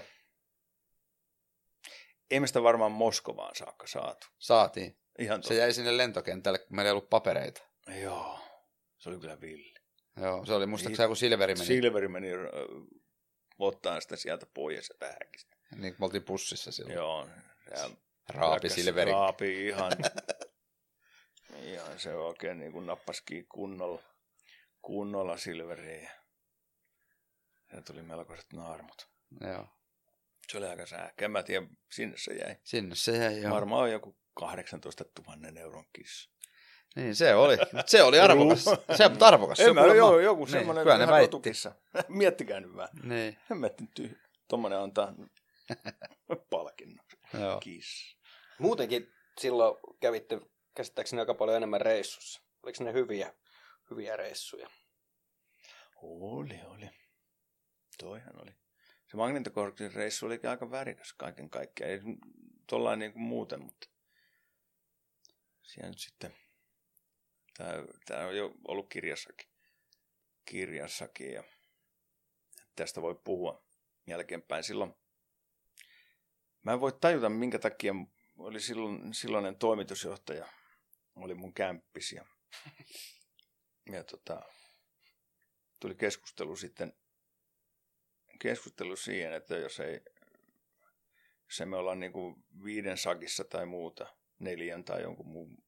ei me sitä varmaan Moskovaan saakka saatu. Saatiin. Ihan se jäi sinne lentokentälle, kun meillä ei ollut papereita. Joo, se oli kyllä villi. Joo, se oli muistaakseni joku Silveri meni. Silveri meni äh, ottaa sitä sieltä pois ja tähänkin. Niin kuin me oltiin pussissa silloin. Joo. Raapi Silveri. Raapi ihan. Ihan se oikein niin kuin nappasikin kunnolla, kunnolla Silveriin. Ja tuli melkoiset naarmut. Joo. Se oli aika sähkä. En mä tiedä, sinne se jäi. Sinne se jäi, joo. Varmaan on joku kahdeksantoista tuhatta euron kissa. Niin, se oli. Se oli arvokas. Se on arvokas. En mä, joo, joku niin, semmoinen ihan rotukissa. Miettikää nyt vähän. Niin. Hemmettin tyhjä. Tuommoinen antaa palkinnon. Joo. Kiss. Muutenkin silloin kävitte käsittääkseni aika paljon enemmän reissussa. Oliko ne hyviä, hyviä reissuja? Oli, oli. Toihan oli. Se Magnitokorkin reissu oli aika värikäs kaiken kaikkiaan. Ei tollain niin kuin muuten, mutta siellä nyt sitten, tämä, tämä on jo ollut kirjassakin, kirjassakin ja tästä voi puhua jälkeenpäin. Silloin, mä en voi tajuta, minkä takia oli silloin, silloinen toimitusjohtaja, oli mun kämppis ja, ja tota, tuli keskustelu sitten, keskustelu siihen, että jos ei, jos emme olla niin kuin viiden sakissa tai muuta, neljän tai jonkun muun,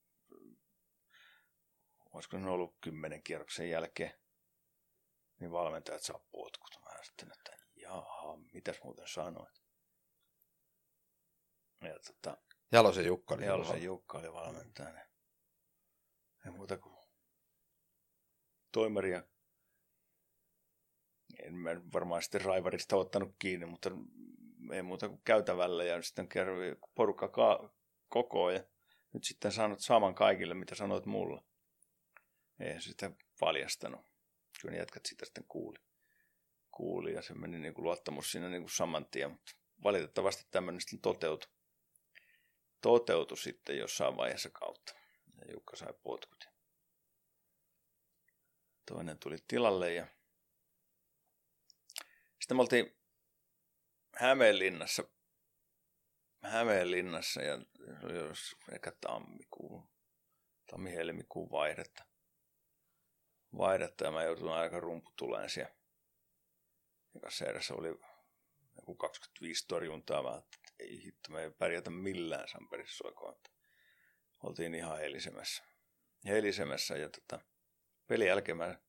olisiko ne ollut kymmenen kierroksen jälkeen, niin valmentajat saa potkut. Mä sitten, että jaha, mitäs muuten sanoit? Ja tota, Jalosen Jukka oli. Jalosen Jukka oli valmentajana. Ei muuta kuin toimaria. En mä varmaan sitten raivarista ottanut kiinni, mutta ei muuta kuin käytävällä ja sitten kerroin porukka ka- kokoon ja nyt sitten sanot saman kaikille, mitä sanoit mulle. Ei sitä paljastanut. Kyllä ne jätkät sitä sitten kuuli. Kuuli ja se meni niin kuin luottamus siinä niin kuin saman tien, mutta valitettavasti tämmöinen sitten toteutui. Toteutui sitten jossain vaiheessa kautta. Ja Jukka sai potkut. Toinen tuli tilalle ja sitten me oltiin Hämeenlinnassa, Hämeenlinnassa ja jos ehkä tammikuun, tammi-helmikuun vaihdetta. Vaihdetta ja mä joutuin aika rumputuleen siellä. Ekassa erässä oli joku kaksikymmentäviisi torjuntaa. Mä että ei hitto, me ei pärjätä millään Samperissa soikoon. Oltiin ihan helisemässä. Helisemässä ja tota, pelin jälkeen mä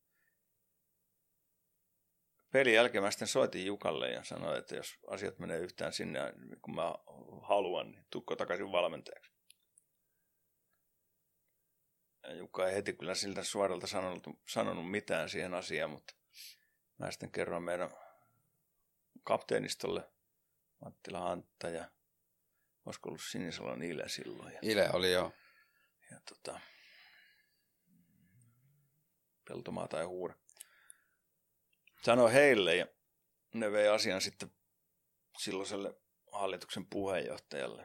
Pelin jälkeen mä sitten soitin Jukalle ja sanoin, että jos asiat menee yhtään sinne, kun mä haluan, niin tukko takaisin valmentajaksi. Ja Jukka ei heti kyllä siltä suoralta sanonut, sanonut mitään siihen asiaan, mutta mä sitten kerroin meidän kapteenistolle, Mattila Antta ja olisiko ollut Sinisalon Ile silloin. Ja, Ile oli joo. Ja tota, Peltomaa tai Huura. Sanoi heille ja ne vei asian sitten silloiselle hallituksen puheenjohtajalle.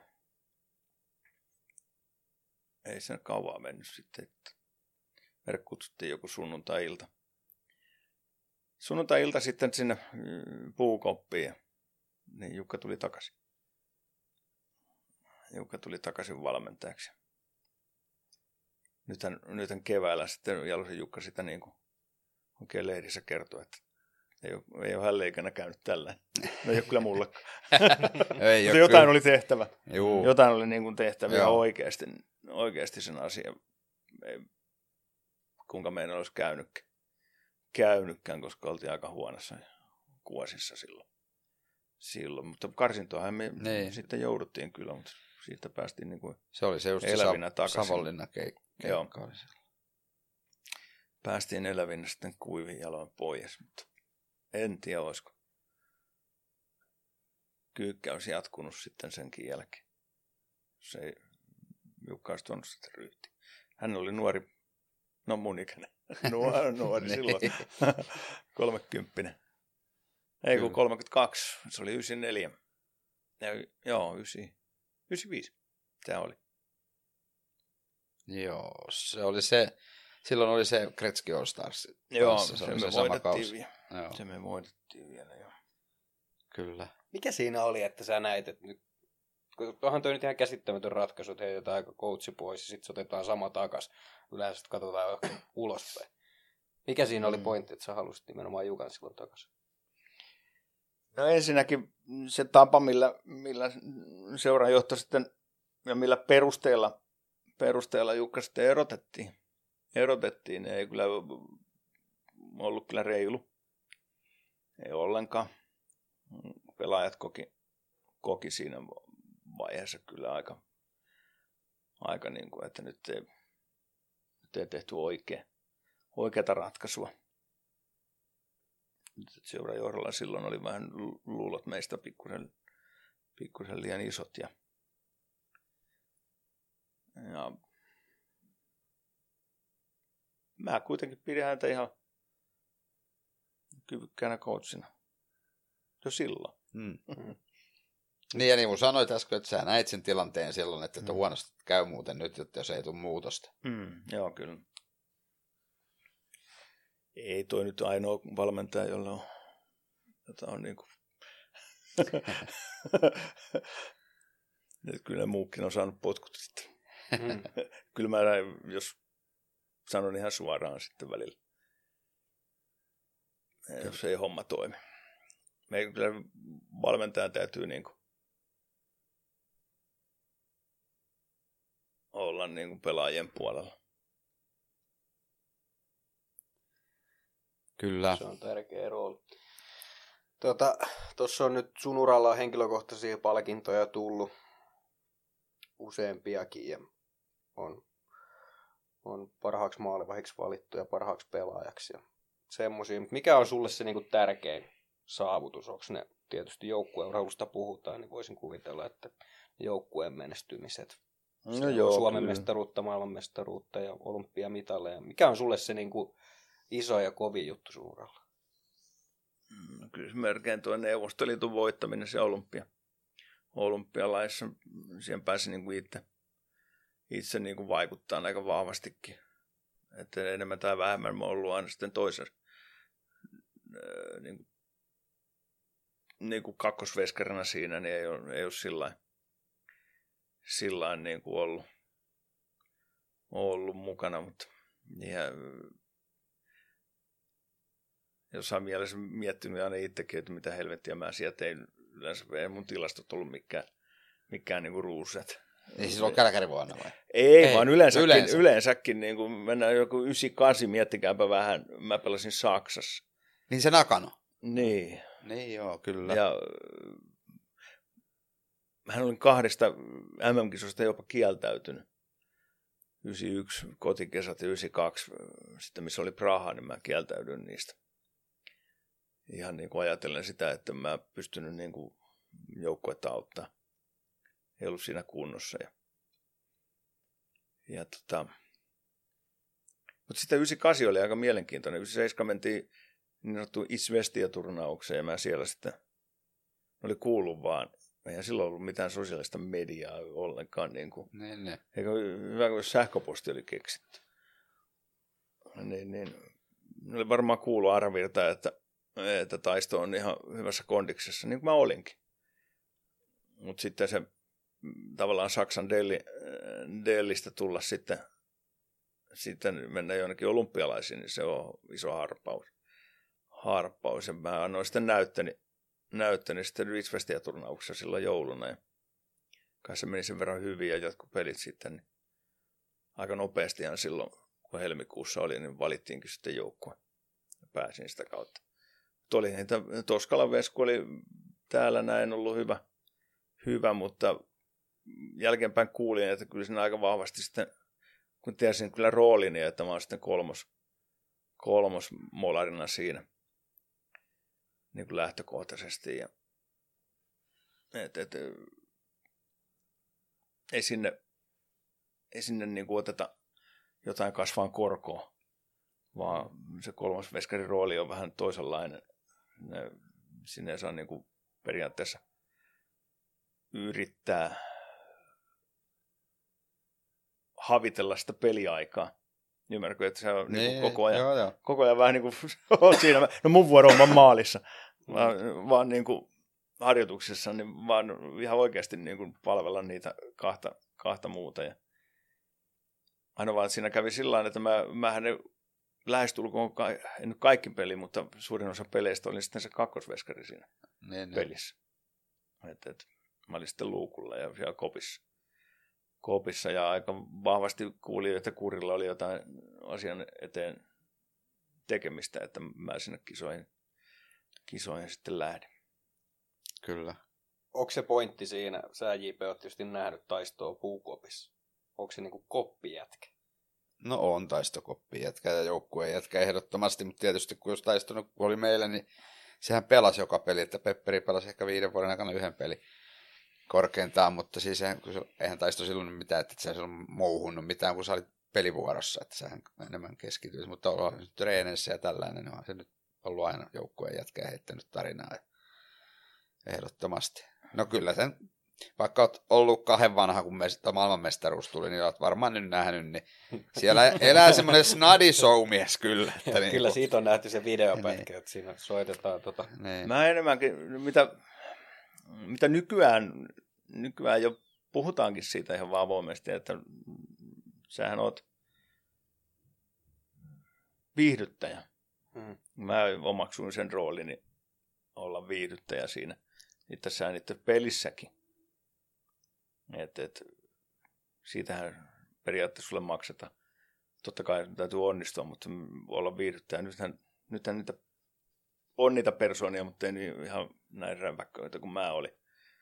Ei sen kauaa mennyt sitten, että meidät kutsuttiin joku sunnuntai-ilta. Sunnuntai-ilta sitten sinne puukoppiin ja niin Jukka tuli takaisin. Jukka tuli takaisin valmentajaksi. Nythän, nythän keväällä sitten Jalosen Jukka sitä niin kuin oikein lehdissä kertoi, että ei ole, ei ole hän leikänä käynyt tällä. No ei ole kyllä mullekaan. ei Mutta jotain kyllä. oli tehtävä. Juu. Jotain oli niin kuin tehtävä ja oikeasti, oikeasti sen asian. Ei, kuinka meidän olisi käynytkään. käynytkään, koska oltiin aika huonossa kuosissa silloin. silloin. Mutta karsintoahan me niin. sitten jouduttiin kyllä, mutta siitä päästiin niin kuin se oli se just elävinä Sa- takaisin. Savonlinna keikka. Joo. Päästiin elävinä sitten kuivin jaloin pois, mutta en tiedä olisiko kyykkäys jatkunut sitten senkin jälkeen. Se ei Jukka olisi tuonut sitä ryhtiä. Hän oli nuori, no mun ikäinen, nuori, nuori silloin, kolmekymppinen. Ei kun kolmekymmentäkaksi, se oli yhdeksänkymmentäneljä. Ja, joo, yhdeksänkymmentäviisi, tämä oli. Joo, se oli se, silloin oli se Gretzky All Stars. Joo, se, se, me se, voitettiin vielä. Joo. se me voitettiin vielä, joo. Kyllä. Mikä siinä oli, että sä näit, että nyt, onhan toi nyt ihan käsittämätön ratkaisu, että heitetään aika coachi pois ja sitten otetaan sama takas. Yleensä sitten katsotaan ulospäin. Mikä siinä oli pointti, että sä halusit nimenomaan Jukan silloin takaisin? No ensinnäkin se tapa, millä, millä seurajohto sitten ja millä perusteella, perusteella Jukka sitten erotettiin. Erotettiin, ei kyllä ollut kyllä reilu. Ei ollenkaan. Pelaajat koki, koki siinä vaiheessa kyllä aika, aika niin kuin, että nyt ei, nyt ei tehty oikea, oikeata ratkaisua. Seurajohdolla silloin oli vähän luulot meistä pikkusen, pikkusen liian isot. Ja, ja mä kuitenkin pidin häntä ihan kyvykkäänä coachina. Jo silloin. Mm. Mm. Niin ja niin kuin sanoit äsken, että sä näit sen tilanteen silloin, että mm. huonosti käy muuten nyt, jos ei tule muutosta. Mm. Joo, kyllä. Ei toi nyt ainoa valmentaja, jolla on, jota on niin kuin nyt kyllä muukin on saanut potkut sitten. Mm. Kyllä mä, jos sanon ihan suoraan sitten välillä, jos ei homma toimi. Meidän kyllä valmentajan täytyy niin kuin olla niin kuin pelaajien puolella. Kyllä. Se on tärkeä rooli. Tuota, tuossa on nyt sun uralla henkilökohtaisia palkintoja tullut useampiakin ja on, on parhaaksi maalivahdiksi valittu ja parhaaksi pelaajaksi ja semmosia. Mikä on sulle se niinku tärkein saavutus? Onko ne tietysti joukkueurheilusta puhutaan, niin voisin kuvitella, että joukkueen menestymiset. No joo, Suomen kyllä. mestaruutta, maailmanmestaruutta ja olympiamitaleja. Mikä on sulle se niinku iso ja kovin juttu sun uralla? No, kyllä se melkein tuo Neuvostoliiton voittaminen se olympia. Olympialaissa siihen pääsi niin kuin itse, itse niin kuin vaikuttaa aika vahvastikin. Että enemmän tai vähemmän mä oon ollut aina sitten toisen niin kuin, niin kuin kakkosveskarina siinä, niin ei ole, ei ole sillain, sillain niin kuin ollut, ollut mukana, mutta ihan jossain mielessä miettinyt aina itsekin, että mitä helvettiä mä sieltä tein. Yleensä ei mun tilastot ollut mikään, mikään niinku ruuset. Niin siis on kälkärivuonna vai? Ei, ei, vaan yleensäkin, yleensä. yleensäkin niin kuin mennään joku yhdeksänkymmentäkahdeksan, miettikääpä vähän, mä pelasin Saksassa. Niin se Nakano? Niin. Niin joo, kyllä. Ja hän olin kahdesta M M-kisosta jopa kieltäytynyt. yhdeksänkymmentäyksi kotikesät ja yhdeksänkymmentäkaksi, sitten missä oli Praha, niin mä kieltäydyin niistä. Ihan niin kuin ajatellen sitä, että mä pystynyt niin kuin joukkuetta auttaa. Ei ollut siinä kunnossa. Ja, ja tota, mutta sitten yhdeksänkymmentäkahdeksan oli aika mielenkiintoinen. yhdeksänkymmentäseitsemän mentiin niin sanottuun Isvestia-turnaukseen ja mä siellä sitten oli kuullut vaan. Eihän silloin ollut mitään sosiaalista mediaa ollenkaan. Niin kuin, ne, ne. Eikä hyvä, kun sähköposti oli keksitty. Niin, niin, oli varmaan kuullut arvirta, että että taisto on ihan hyvässä kondiksessa, niin kuin mä olinkin. Mutta sitten se tavallaan Saksan Delli, Dellistä tulla sitten, sitten mennä jonnekin olympialaisiin, niin se on iso harppaus. harppaus. Ja mä annoin sitten näyttäni, näyttäni sitten Ritzvestia-turnauksessa silloin jouluna. Ja kai se meni sen verran hyvin ja jotkut pelit sitten. Niin aika nopeastihan silloin, kun helmikuussa oli, niin valittiinkin sitten joukkue. Ja pääsin sitä kautta. Oli niitä, Toskalan Vesku oli täällä näin ollut hyvä, hyvä, mutta jälkeenpäin kuulin, että kyllä siinä aika vahvasti sitten, kun tiesin kyllä roolini, että mä oon sitten kolmos, kolmos molarina siinä niin kuin lähtökohtaisesti. Ja, et, et, ei sinne, ei sinne niin kuin oteta jotain kasvaan korkoa, vaan se kolmas veskarin rooli on vähän toisenlainen. Ne, sinne ei saa niin kuin periaatteessa yrittää havitella sitä peliaikaa. Ymmärrätkö, että se on niin, niin koko ajan, joo, joo. koko ajan vähän niin kuin on siinä. No mun vuoro on vaan maalissa, vaan, vaan niin kuin harjoituksessa, niin vaan ihan oikeasti niin kuin palvella niitä kahta, kahta muuta. Ja aina vaan siinä kävi sillä tavalla, että mä, mähän ne lähestulkoon, en nyt kaikki peli, mutta suurin osa peleistä oli sitten se kakkosveskari siinä niin, pelissä. Et, et, mä olin sitten luukulla ja siellä kopissa. kopissa ja aika vahvasti kuulin, että Kurilla oli jotain asian eteen tekemistä, että mä sinne kisoihin, kisoihin sitten lähdin. Kyllä. Onko se pointti siinä, sä J P oot tietysti nähnyt taistoa puukopissa, onko se niinku koppijätkä? No on taistokoppi-jätkä ja joukkueen jätkä ehdottomasti, mutta tietysti kun jos taistonut oli meillä, niin sehän pelasi joka peli, että Pepperi pelasi ehkä viiden vuoden aikana yhden pelin korkeintaan, mutta siis eihän, eihän taisto silloin mitään, että se ei silloin mouhunnut mitään, kun sä olit pelivuorossa, että sehän enemmän keskityisi, mutta ollaan nyt treeneissä ja tällainen, niin on se nyt ollut aina joukkueen jätkä ja heittänyt tarinaa ehdottomasti. No kyllä sen, vaikka oot ollut kahden vanha, kun maailmanmestaruus tuli, niin oot varmaan nyt nähnyt, niin siellä elää semmoinen snadi showmies kyllä. Että niin kyllä siitä on nähty se videopätkä, niin. Että siinä soitetaan tota. Niin. Mä enemmänkin, mitä, mitä nykyään, nykyään jo puhutaankin siitä ihan vaan avoimesti, että sähän oot viihdyttäjä. Hmm. Mä omaksuin sen roolini olla viihdyttäjä siinä. Itse asiassa niiden pelissäkin. Et, et, siitähän periaatteessa sulle maksetaan. Totta kai täytyy onnistua, mutta olla viihdyttäjä. Nythän, nythän niitä on niitä persoonia, mutta ei niin ihan näin räväkköitä kuin mä olin.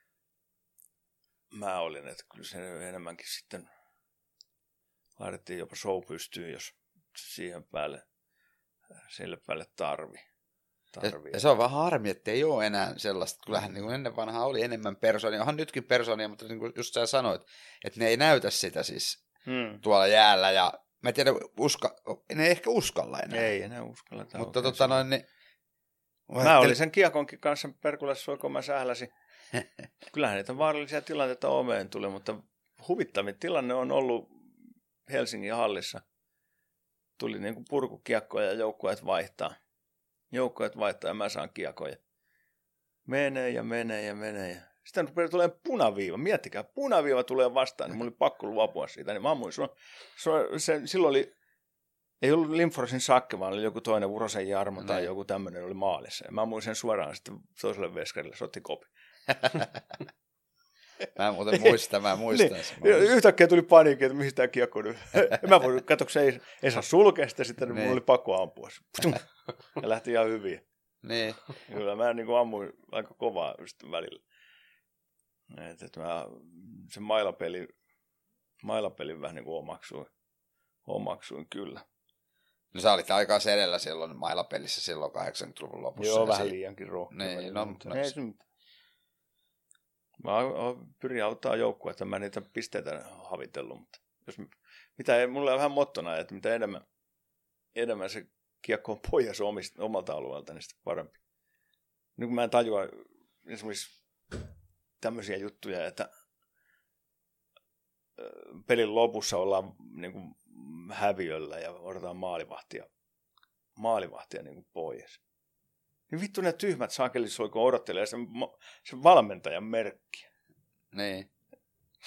Mä olin, että kyllä se enemmänkin sitten laitettiin jopa show pystyyn, jos siihen päälle, sille päälle tarvii. Ja, ja se on vähän harmi, että ei ole enää sellaista. Kyllähän niin kuin ennen vanhaa oli enemmän persoonia. Onhan nytkin persoonia, mutta niin kuin just sä sanoit, että ne ei näytä sitä siis hmm. tuolla jäällä. Ja mä en tiedä, uska, ne ei ehkä uskalla enää. Ei enää uskalla. Mutta tota noin, niin... Mä olin sen Kiekonkin kanssa Perkulassa, kun mä sähläsin. Kyllähän niitä vaarallisia tilanteita omeen tuli, mutta huvittavin tilanne on ollut Helsingin hallissa. Tuli niin kuin purkukiekkoja ja joukkueet vaihtaa. Joukkueet vaihtaa ja mä saan kiekoja. Menee ja menee ja menee. Ja sitten rupeaa tulemaan punaviiva. Miettikää, punaviiva tulee vastaan, niin mulla oli pakko luopua siitä. Niin mä ammuin. Se, se, silloin oli, ei ollut Limfrosin Sakke, vaan oli joku toinen Urosen Jarmo tai Näin. joku tämmöinen oli maalissa. Ja mä ammuin sen suoraan sitten toiselle veskarille, se otti kopi. Mä en muuten muista, mä muistan niin, sen. Yhtäkkiä tuli paniikki, että mihin tämä kiekko nyt. Mä voin, katso, se ei, ei saa sulkea sitä, sitten niin. Mulla oli pakko ampua. Ja lähti ihan hyvin. Niin. Kyllä mä niin kuin ammuin aika kovaa sitten välillä. Et, et mä sen mailapeli, mailapelin vähän niin kuin omaksuin, omaksuin kyllä. No sä olit aikaa edellä silloin mailapelissä silloin kahdeksankymmentäluvun lopussa. Joo, vähän siinä. Liiankin rohkea. Niin, no, mutta ei se mitään. Mä pyrin auttaa joukkoa, että mä niitä pisteitä havitellut, mutta jos, mitä ei, mulla on vähän mottona, että mitä enemmän, enemmän se kiekko on pois omista, omalta alueelta, niin sitä parempi. Nyt kun mä en tajua esimerkiksi tämmöisiä juttuja, että pelin lopussa ollaan niin kuin häviöllä ja odotetaan maalivahtia, maalivahtia niin kuin pois. Niin vittu ne tyhmät sakelissoiko odottelee sen, sen valmentajan merkkiä. Niin.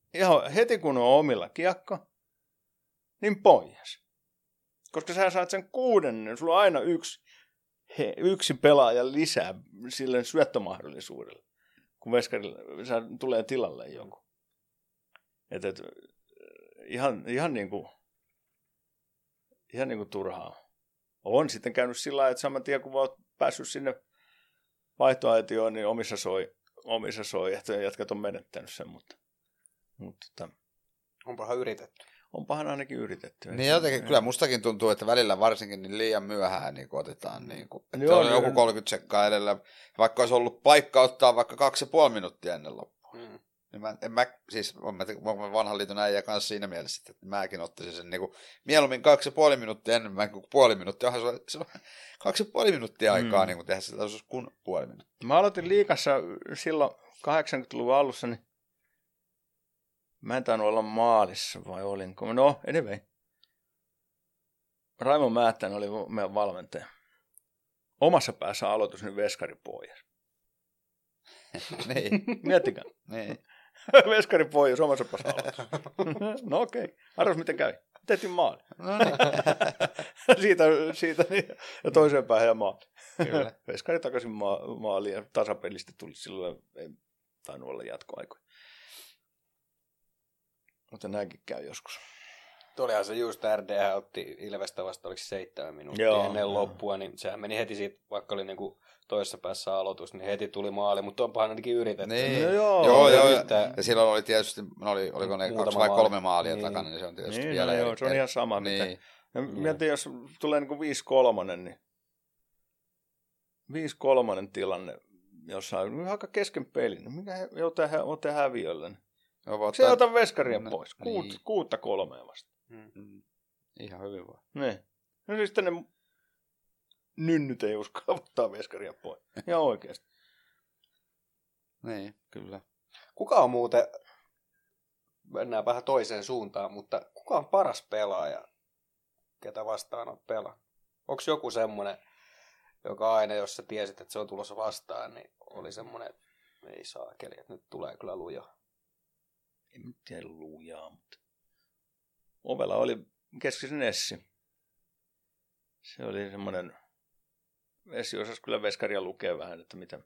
ihan heti kun on omilla kiekko, niin pois. Koska sä saat sen kuudennen, sulla on aina yksi, he, yksi pelaaja lisää sille syöttömahdollisuudelle, kun veskarilla tulee tilalle joku. Et, et, ihan, ihan niin kuin ihan niin kuin turhaa. On sitten käynyt sillä lailla, että saman tien kun olet päässyt sinne vaihtoaitioon, niin omissa soi, omissa soi, että jätkät on menettänyt sen, mutta, mutta että, onpahan yritetty. Onpahan ainakin yritetty. Niin jotenkin, kyllä mustakin tuntuu, että välillä varsinkin niin liian myöhään niin otetaan, niin kuin, että Joo, on joku kolmekymmentä sekkaa edellä, vaikka olisi ollut paikka ottaa vaikka kaksi ja puoli minuuttia ennen loppua. Mm. Niin mä, en mä, siis on mä, mä vanhan liiton äijä kanssa siinä mielessä, että mäkin ottaisin sen niin kuin, mieluummin kaksi ja puoli minuuttia enemmän kuin puoli minuuttia. Onhan se on, se on kaksi ja puoli minuuttia aikaa mm. niin kuin tehdä sitä kun puoli minuuttia. Mä aloitin liigassa silloin kahdeksankymmentäluvun alussa, niin mä en tainnut olla maalissa vai olinko. No, anyway. Raimo Määttänen oli meidän valmentaja. Omassa päässä aloitus niin veskaripohjas. Niin. Miettikää. Niin. Veskaripohjas omassa päässä aloitus. No okei. Okay. Arvas miten kävi. Tehtiin maali. No niin. siitä, siitä niin. Ja toiseen päähän ja maali. Kyllä. Veskari takaisin ma- maaliin ja tasapelistä tuli silloin. Ei tainnut olla jatkoaikoja. Mutta näinkin käy joskus. Tuolihan se just R D H otti Ilvestä vasta, oliko seitsemän minuuttia Joo, ennen joo. loppua, niin sehän meni heti siitä, vaikka oli niinku toisessa päässä aloitus, niin heti tuli maali, mutta onpahan ainakin yritetty. Niin. No joo. joo, joo. Ja, Yrittää. ja silloin oli tietysti, oli, oliko ne Muutama kaksi vai maali. kolme maalia Niin. takana, niin se on tietysti Niin, vielä no, eri. joo, se on ihan sama. Niin. Mitä. Ja Niin. mietin, jos tulee niin viisi kolmonen, niin viisi kolmonen tilanne jossain, aika kesken pelin, niin mikä he, olette häviöllä, niin Joo, se ota veskaria no, pois. niin. Kuut, kuutta kolmea vasta. Mm. Ihan hyvin vaan. Niin. No siis tänne nynnyt ei uskalla ottaa veskaria pois. Ihan oikeasti. Niin, kyllä. Kuka on muuten, mennään vähän toiseen suuntaan, mutta kuka on paras pelaaja, ketä vastaan on pelannut? Onko joku semmoinen, joka aina, jos sä tiesit, että se on tulossa vastaan, niin oli semmoinen, ei saakeli, että nyt tulee kyllä luja. En tiedä lujaa, mutta ovella oli keskisen Essi. Se oli semmoinen, Essi osasi kyllä veskaria lukea vähän, että mitä,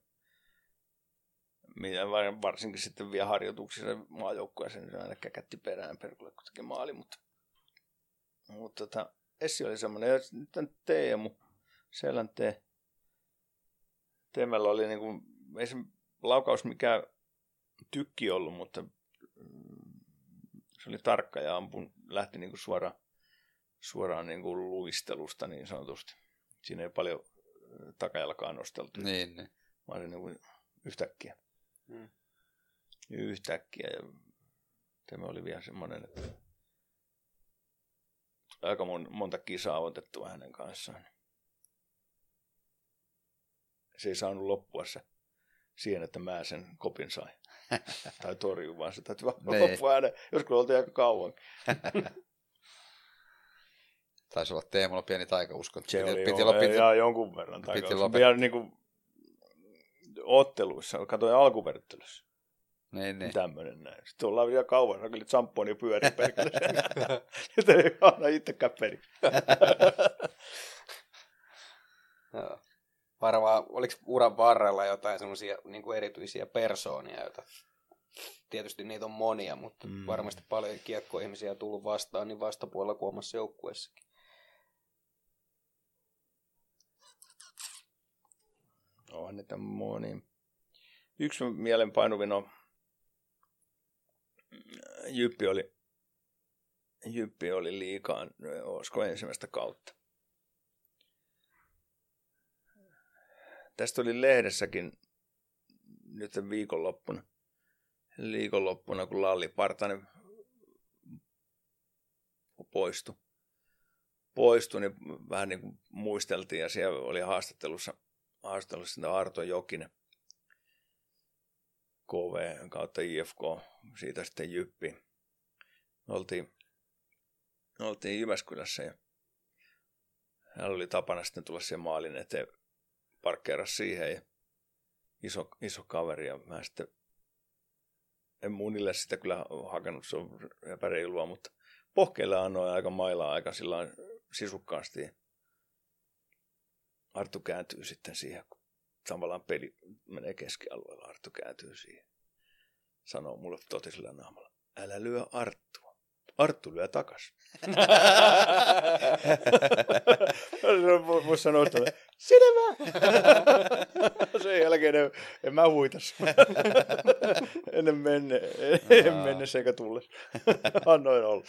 mitä varsinkin sitten vielä harjoituksissa maajoukkueeseen, se aina käkätti perään perkulle, kun teki maali, mutta, mutta tota, Essi oli semmoinen, ja nyt Teemu, Selän T. Teemällä oli niin kuin, ei se laukaus mikään tykki ollut, mutta se oli tarkka ja ampun, lähti niin kuin suoraan, suoraan niin kuin luistelusta niin sanotusti. Siinä ei paljon takajalkaa nosteltu. Niin, niin. Vaan se niin kuin yhtäkkiä. Hmm. Yhtäkkiä. Ja tämä oli vielä semmoinen, että aika monta kisaa otettua hänen kanssaan. Se ei saanut loppua se siihen, että mä sen kopin sain. Tai torjun, vaan se täytyy vaan loppua hänen. Joskus oltiin aika kauan. Taisi olla Teemulla pieni taikausko. Se piti, oli piti jo, lopettaa. ja jonkun verran taikausko. Vielä niin kuin otteluissa, katsoin alkuverttelyssä. Niin, niin. Tämmöinen näin. Sitten ollaan vielä kauan, rakelit sampponia pyörii perkele. Sitten ei aina itsekään peri. Joo. Varmaan, oliko uran varrella jotain semmoisia niin kuin erityisiä persoonia, joita tietysti niitä on monia, mutta mm. varmasti paljon kiekkoihmisiä on tullut vastaan niin vastapuolella kuin omassa joukkueessakin. Onhan niitä monia. Yksi mielenpainuvin on Jyppi oli, Jyppi oli liikaan, olisiko ensimmäistä kautta. Tästä oli lehdessäkin nyt viikonloppuna, viikonloppuna kun Lalli Partanen poistui. Poistui, niin vähän niin kuin muisteltiin ja siellä oli haastattelussa, haastattelussa sitä Arto Jokinen, K V kautta I F K, siitä sitten Jyppi. Me oltiin, me oltiin Jyväskylässä ja hän oli tapana sitten tulla siihen maalin eteen, parkkeerasi siihen ja iso, iso kaveri ja mä sitten en munille sitä kyllä hakenut, se on epäreilua, mutta pohkeille annoin aika mailaa aika sillain sisukkaasti. Arttu kääntyy sitten siihen, kun tavallaan peli menee keskialueella, Arttu kääntyy siihen. Sanoo mulle totisella naamalla, älä lyö Arttua. Arttu lyö takas. Voisi sanoa, että selvä. Sen jälkeen en, en mä huitas. Ennen menne, en mennessä eikä tulles. Annoin olla.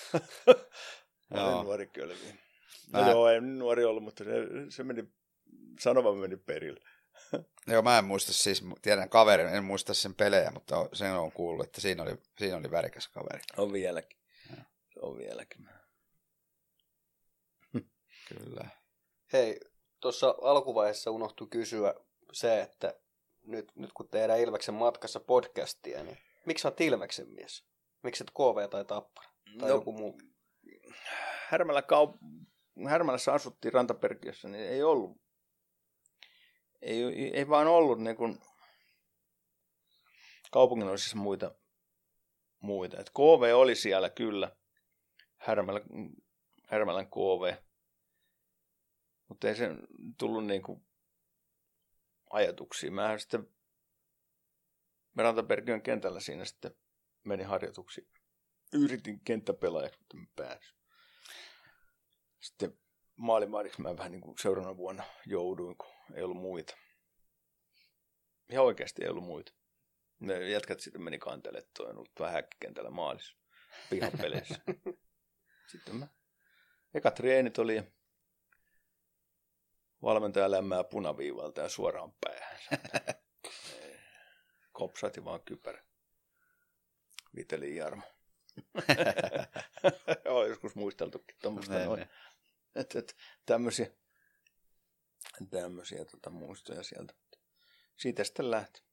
Olen nuori kölviin. No mä... joo, en nuori ollut, mutta se, se meni, sanova meni perille. Joo, mä en muista siis, tiedän kaverin, en muista sen pelejä, mutta sen on kuullut, että siinä oli, siinä oli värikäs kaveri. On vieläkin. Ja. On vieläkin. Kyllä. Hei, tuossa alkuvaiheessa unohtui kysyä se, että nyt, nyt kun tehdään Ilveksen matkassa podcastia, niin miksi olet Ilveksen mies? Miksi et K V tai Tappara? Tai no, joku muu? Härmälä kaup- Härmälässä asuttiin Rantaperkiössä, niin ei ollut. Ei, ei vaan ollut niin kuin kaupungin osissa muita. muita. Et K V oli siellä kyllä. Härmälä, Härmälän K V. Mutta ei se tullut niin kuin ajatuksia. Mä sitten Rantaperkiön kentällä siinä sitten meni harjoituksiin. Yritin kenttäpelaajaksi, mutta mä pääsin. Sitten maalimaadiksi mä vähän niin kuin seuraavana vuonna jouduin, kun ei ollut muita. Ihan oikeasti ei ollut muita. Ne jätkät sitten meni kantelemaan, toi on ollut vähän häkkikentällä maalissa, pihapeleissä. Sitten mä, eka treenit oli ja valmentaja lämmää punaviivalta ja suoraan päähän. Kopsati vaan kypärä. Viteli Jarmo. Joo, joskus muisteltukin tuommoista noin. Että et, tämmöisiä, tämmöisiä tota, muistoja sieltä. Siitä sitten lähti.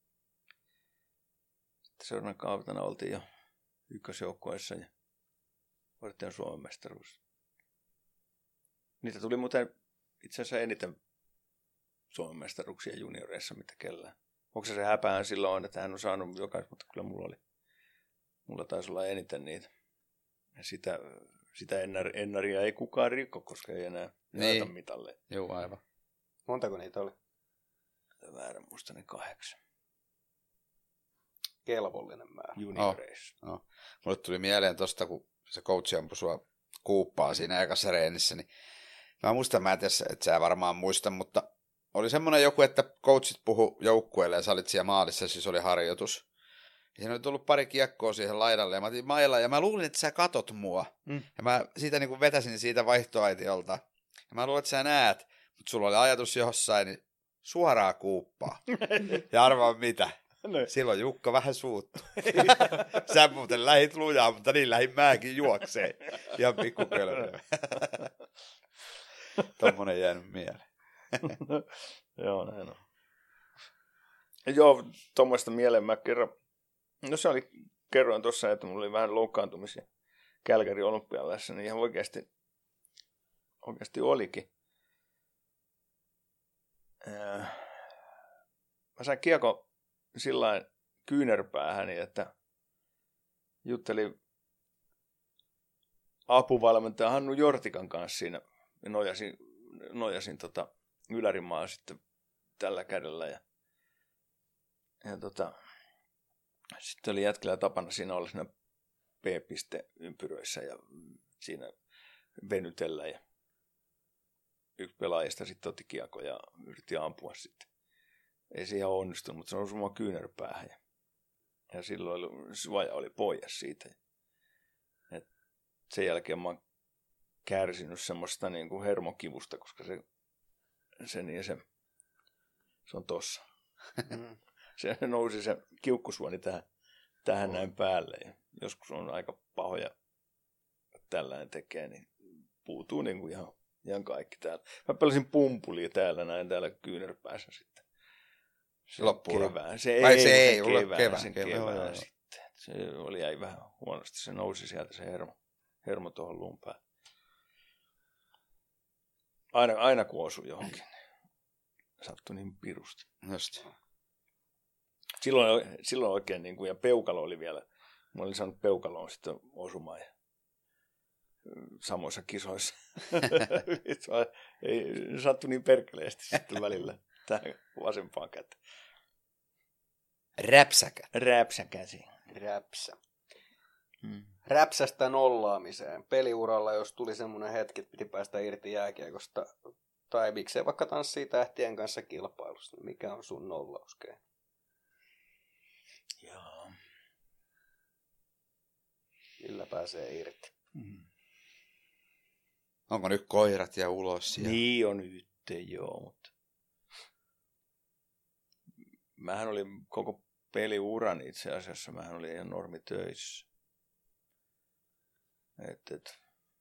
Sitten seuraavana kautena oltiin jo ykkösjoukkueessa ja voitettiin Suomen mestaruus. Niitä tuli muuten itse asiassa eniten Suomen mestaruuksia junioreissa, mitä kellään. Onko se se häpään silloin, että hän on saanut jokaisen, mutta kyllä mulla oli. Mulla taisi olla eniten niitä. Ja sitä, sitä ennar, ennaria ei kukaan rikko, koska ei enää näytä niin. mitalle. Joo, aivan. Montako niitä oli? Väärän muista niin kahdeksan. Kelvollinen määrä. Junioreissa. Oh, oh. Mulle tuli mieleen tosta, kun se coachi ampui sua kuuppaa siinä ekassa reenissä, niin mä muistan, mä en tiedä, että sä varmaan muista, mutta oli semmoinen joku, että coachit puhu joukkueelle ja sä olit siellä maalissa, siis oli harjoitus. Ja siinä oli tullut pari kiekkoa siihen laidalle ja mä otin mailla ja mä luulin, että sä katot mua. Mm. Ja mä siitä niin kuin vetäsin siitä vaihtoaitiolta. Ja mä luulin, että sä näet, mutta sulla oli ajatus jossain, niin suoraa kuuppaa. Ja arvaa mitä. No. Silloin Jukka vähän suuttui. Sä muuten lähit lujaa, mutta niin lähdin mäkin juokseen. Ihan pikkukölmöä. Tommonen jäänyt mieleen. Joo, näin on. Joo, tuommoista mieleen mä kerran. No se oli, kerroin tuossa, että mulla oli vähän loukkaantumisia Kälkärin olympialaisessa, niin ihan oikeasti, oikeasti olikin. Mä sain kiekon sillain kyynärpäähäni, että juttelin apuvalmentaja Hannu Jortikan kanssa siinä ja nojasin, nojasin tota ylärimaa sitten tällä kädellä ja, ja tota, sitten oli jätkillä tapana siinä olla siinä P-piste-ympyröissä ja siinä venytellä ja yksi pelaajista sitten otti kiekko ja yritti ampua sitten. Ei se ihan onnistunut, mutta se nousi mua kyynärpäähän. Ja, ja silloin oli, suoja oli pois siitä. Et sen jälkeen mä oon kärsinyt semmoista niin kuin hermokivusta, koska se, se, niin se, se on tossa. Mm. Se nousi se kiukkusuoni tähän, tähän oh. näin päälle. Ja joskus on aika pahoja tällainen tekee, niin puutuu niin kuin ihan, ihan kaikki täällä. Mä pelasin pumpulia täällä näin täällä kyynärpäässä sitten. Kevään. Se Vai ei, se ei kevään, ollut kevään, sen kevään, kevään joo, joo. sitten. Se oli jäi vähän huonosti. Se nousi sieltä se hermo, hermo tuohon luun päälle. Aina, aina kun osui johonkin. Sattui niin pirusti. Just. Silloin, silloin oikein, niin kuin, ja peukalo oli vielä, mä olin saanut peukaloon sitten osumaan ja samoissa kisoissa. Ei sattu niin perkeleesti sitten välillä tähän vasempaan käteen. Räpsäkä. Räpsäkäsi. Räpsä. Hmm. Räpsästä nollaamiseen. Peliuralla, jos tuli semmoinen hetki, että piti päästä irti jääkiekosta, tai miksei vaikka tanssii tähtien kanssa kilpailusta, niin mikä on sun nollauskeino? Joo. Millä pääsee irti? Hmm. Onko nyt koirat ja ulos? Ja... Niin on nyt, joo, mutta mähän olin koko peliuran itse asiassa, mähän olin ihan normitöissä. Et, et.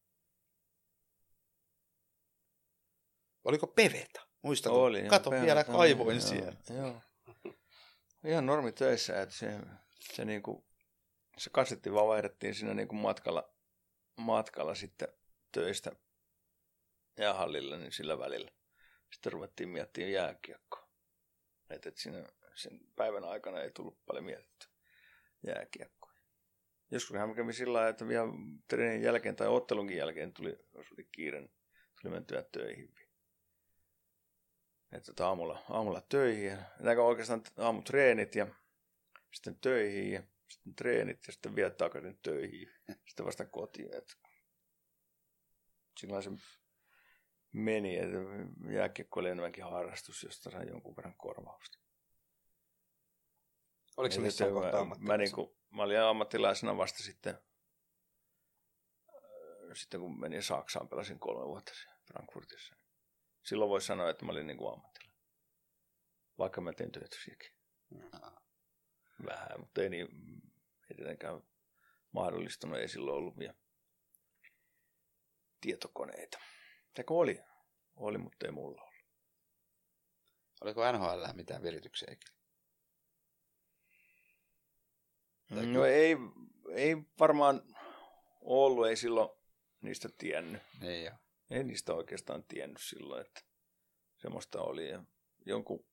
Oliko Peveta? Muistatko? Oli, Kato Peveta, vielä, kaivoin joo, siellä. Joo. Ihan normitöissä, että se, se, niinku, se kasetti vaan vaihdettiin siinä niinku matkalla, matkalla sitten töistä jäähallille, niin sillä välillä. Sitten ruvettiin miettimään jääkiekkoa. Että et siinä sen päivän aikana ei tullut paljon mietitty jääkiekkoa. Joskus hän kävi sillä lailla, että vielä treenin jälkeen tai ottelunkin jälkeen tuli, jos oli kiire, niin tuli mentyä töihin. Että aamulla, aamulla töihin, ja oikeastaan aamutreenit ja sitten töihin ja sitten treenit ja sitten vielä takaisin töihin. Sitten vasta kotiin. Että sillä se meni, että jääkiekko oli enemmänkin harrastus, josta sai jonkun verran korvausta. Oliko se missään kohtaa ammattilaisena? Mä, niin kuin, mä olin ammattilaisena vasta sitten, sitten kun menin Saksaan, pelasin kolme vuotta Frankfurtissa. Silloin voisi sanoa, että mä olin niin kuin ammattilainen. Vaikka mä tein töitä sielläkin. Vähän, mutta ei niin ei tietenkään mahdollistunut. Ei silloin ollut vielä tietokoneita. Teko oli? Oli, mutta ei mulla ollut. Oliko N H L mitään virityksiä? No ei, ei varmaan ollut, ei silloin niistä tiennyt. Niin joo. Ei niistä oikeastaan tiennyt silloin, että semmoista oli. Ja jonkun,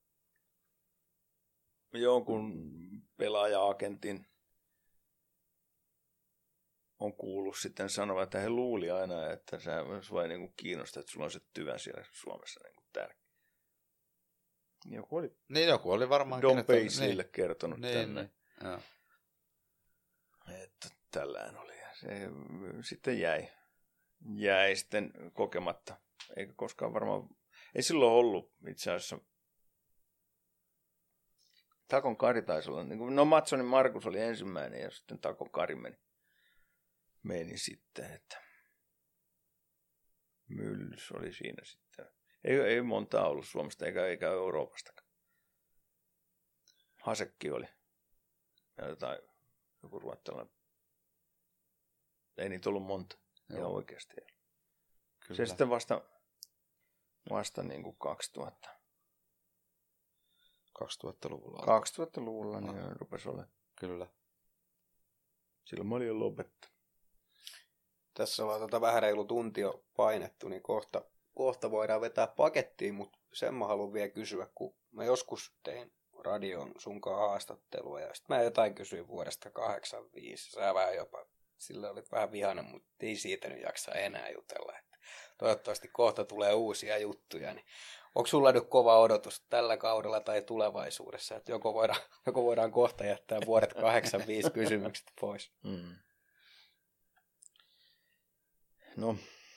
jonkun pelaaja-agentin on kuullut sitten sanoa, että he luuli aina, että sua ei niinku kiinnosta, että sulla on se työ siellä Suomessa niinku tärkeä. Joku oli, niin joku oli varmaan Don Paisleylle niin kertonut niin, tänne. Niin. Joo. Että tällään oli. Ja se sitten jäi. jäi sitten kokematta. Eikä koskaan varmaan, ei silloin ollut itse asiassa. Takon Kari taisi olla, niin kuin, no Matsonin Markus oli ensimmäinen ja sitten Takon Kari meni, meni sitten, että Myllys oli siinä sitten. Ei, ei montaa ollut Suomesta eikä, eikä Euroopastakaan. Hasekki oli. Ja jotain, joku ruottalainen. Ei niitä ollut monta. Joo, oikeasti. Kyllä. Se sitten vasta, vasta niin kuin kaksituhatta. kaksituhattaluvulla. kaksituhattaluvulla niin ah. rupesi olemaan. Kyllä. Silloin mä olin jo lopettanut. Tässä ollaan tota vähän reilu tunti jo painettu, niin kohta, kohta voidaan vetää pakettiin, mutta sen mä haluan vielä kysyä, kun mä joskus tein radion sunkaan haastattelua ja sitten mä jotain kysyin vuodesta kahdeksankymmentäviisi. Sä vähän jopa sillä olit vähän vihainen, mutta ei siitä nyt jaksa enää jutella. Että toivottavasti kohta tulee uusia juttuja. Niin onko sulla nyt kova odotus tällä kaudella tai tulevaisuudessa, että joko voidaan, joko voidaan kohta jättää vuodet kahdeksankymmentäviisi kysymykset pois? Hmm. No,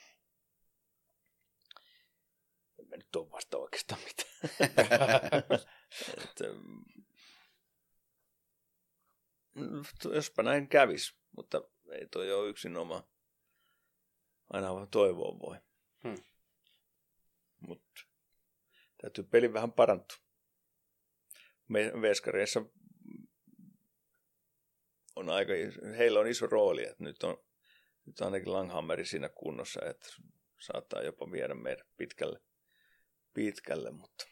en mä nyt ole vasta oikeastaan mitään. että, jospa näin kävis, mutta ei toi ole yksin oma. Aina vaan toivoa voi. Hmm. Mutta täytyy peli vähän parantua. Me veskareissa on aika, heillä on iso rooli, että nyt on nyt ainakin Langhammeri siinä kunnossa, että saattaa jopa viedä meidät pitkälle, pitkälle, mutta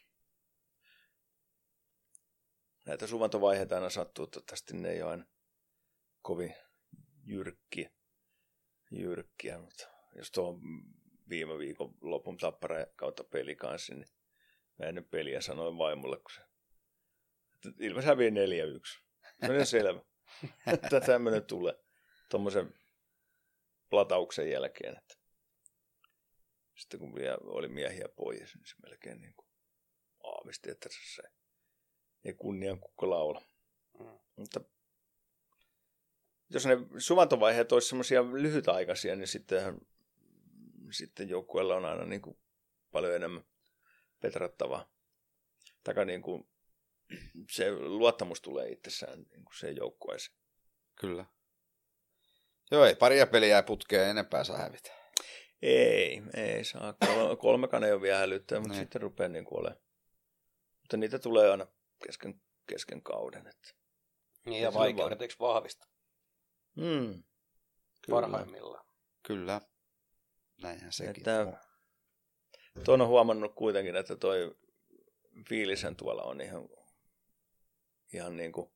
näitä suvantovaiheita aina sattuu, toivottavasti ne ei ole aina kovin jyrkkiä, jyrkkiä, mutta jos tuohon viime viikon lopun Tappara kautta peli kanssa, niin mä ennen peliä sanoin vaimolle, kun se Ilves hävii neljä yksi. Se on selvä. Että tämmöinen tulee tuommoisen latauksen jälkeen. Että sitten kun vielä oli miehiä pois, niin se melkein niin kuin aavisti, että se ei kunnian kukko laula. Mm. Mutta jos ne suvantovaiheet olisi semmoisia lyhytaikaisia, niin sittenhän, sitten joukkueella on aina niin kuin paljon enemmän petrattavaa. Taka niin kuin se luottamus tulee itsessään niin kuin siihen joukkueeseen. Kyllä. Joo, ei paria peliä putkeen enempää saa hävitä. Ei, ei saa. Kolmekaan ei ole vielä hälyttää, mutta sitten rupeaa niin kuin olemaan. Mutta niitä tulee aina kesken, kesken kauden. Että niin ja vaikeudet eikö vahvista? Hmm. Parhaimmillaan. Kyllä. Näinhän sekin että, on. Tuon on huomannut kuitenkin, että toi fiilisen tuolla on ihan, ihan niin kuin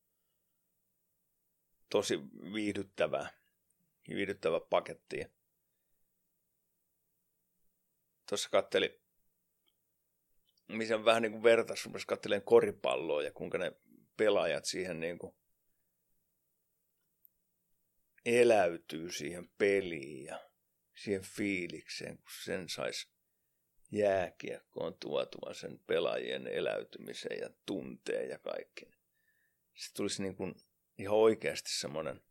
tosi viihdyttävää, viihdyttävä paketti. Tuossa katselin, missä vähän niin kuin vertaisi, rupesi katselemaan koripalloa ja kuinka ne pelaajat siihen niin kuin eläytyy siihen peliin ja siihen fiilikseen, kun sen saisi jääkiekkoon tuotua sen pelaajien eläytymisen ja tunteen ja kaikki. Se tulisi niin kuin ihan oikeasti semmoinen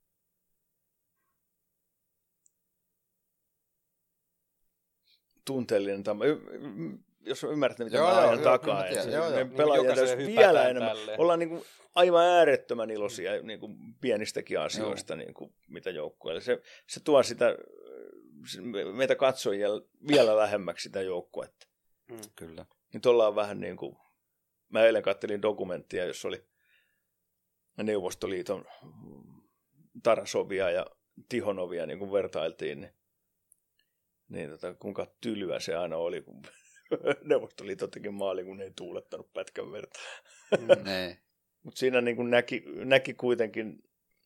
tunteellinen tämä. Jos ymmärrätte, mitä joo, mä ajan joo, takaa. Joo, se, joo, me pelaajat niin vielä enemmän. Tälleen. Ollaan niin kuin aivan äärettömän iloisia niin kuin pienistäkin asioista, niin kuin, mitä joukkueelle. Se, se tuo sitä, meitä katsojia vielä lähemmäksi sitä joukkuetta. Mm. Kyllä. Nyt ollaan vähän niin kuin, mä eilen katselin dokumenttia, jossa oli Neuvostoliiton Tarasovia ja Tihonovia niin kuin vertailtiin, niin, niin tota, kuinka tylyä se aina oli, kun Neuvostoliitto teki maali, kun ei tuulettanut pätkän verta. Mm. Mutta siinä niin kuin näki, näki kuitenkin,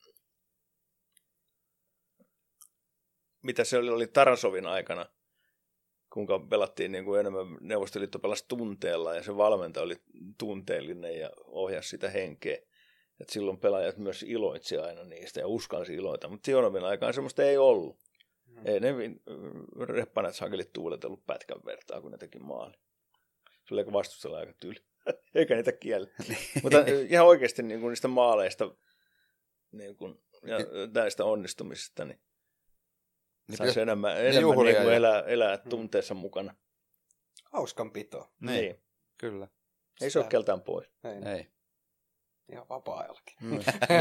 mitä se oli, oli Tarasovin aikana, kuinka pelattiin niin kuin enemmän, Neuvostoliitto pelasi tunteella ja se valmentaja oli tunteellinen ja ohjasi sitä henkeä. Et silloin pelaajat myös iloitsi aina niistä ja uskalsi iloita, mutta Tihonovin aikaan semmoista ei ollut. Mm. Ei ne reppanat sakelit tuuletellut pätkän vertaa, kun ne teki maali. Se oli vastustella aika tyyli. Eikä niitä kiellä. Mutta ihan oikeasti niin kuin niistä maaleista niin kuin, ja näistä onnistumisista, niin saisi enemmän, enemmän niin kuin elää, elää tunteessa mukana. Hauskanpito. Niin, niin. Kyllä. Ei se ole keltään pois. Ei. Ei. Ihan vapaa-ajallakin. Mm.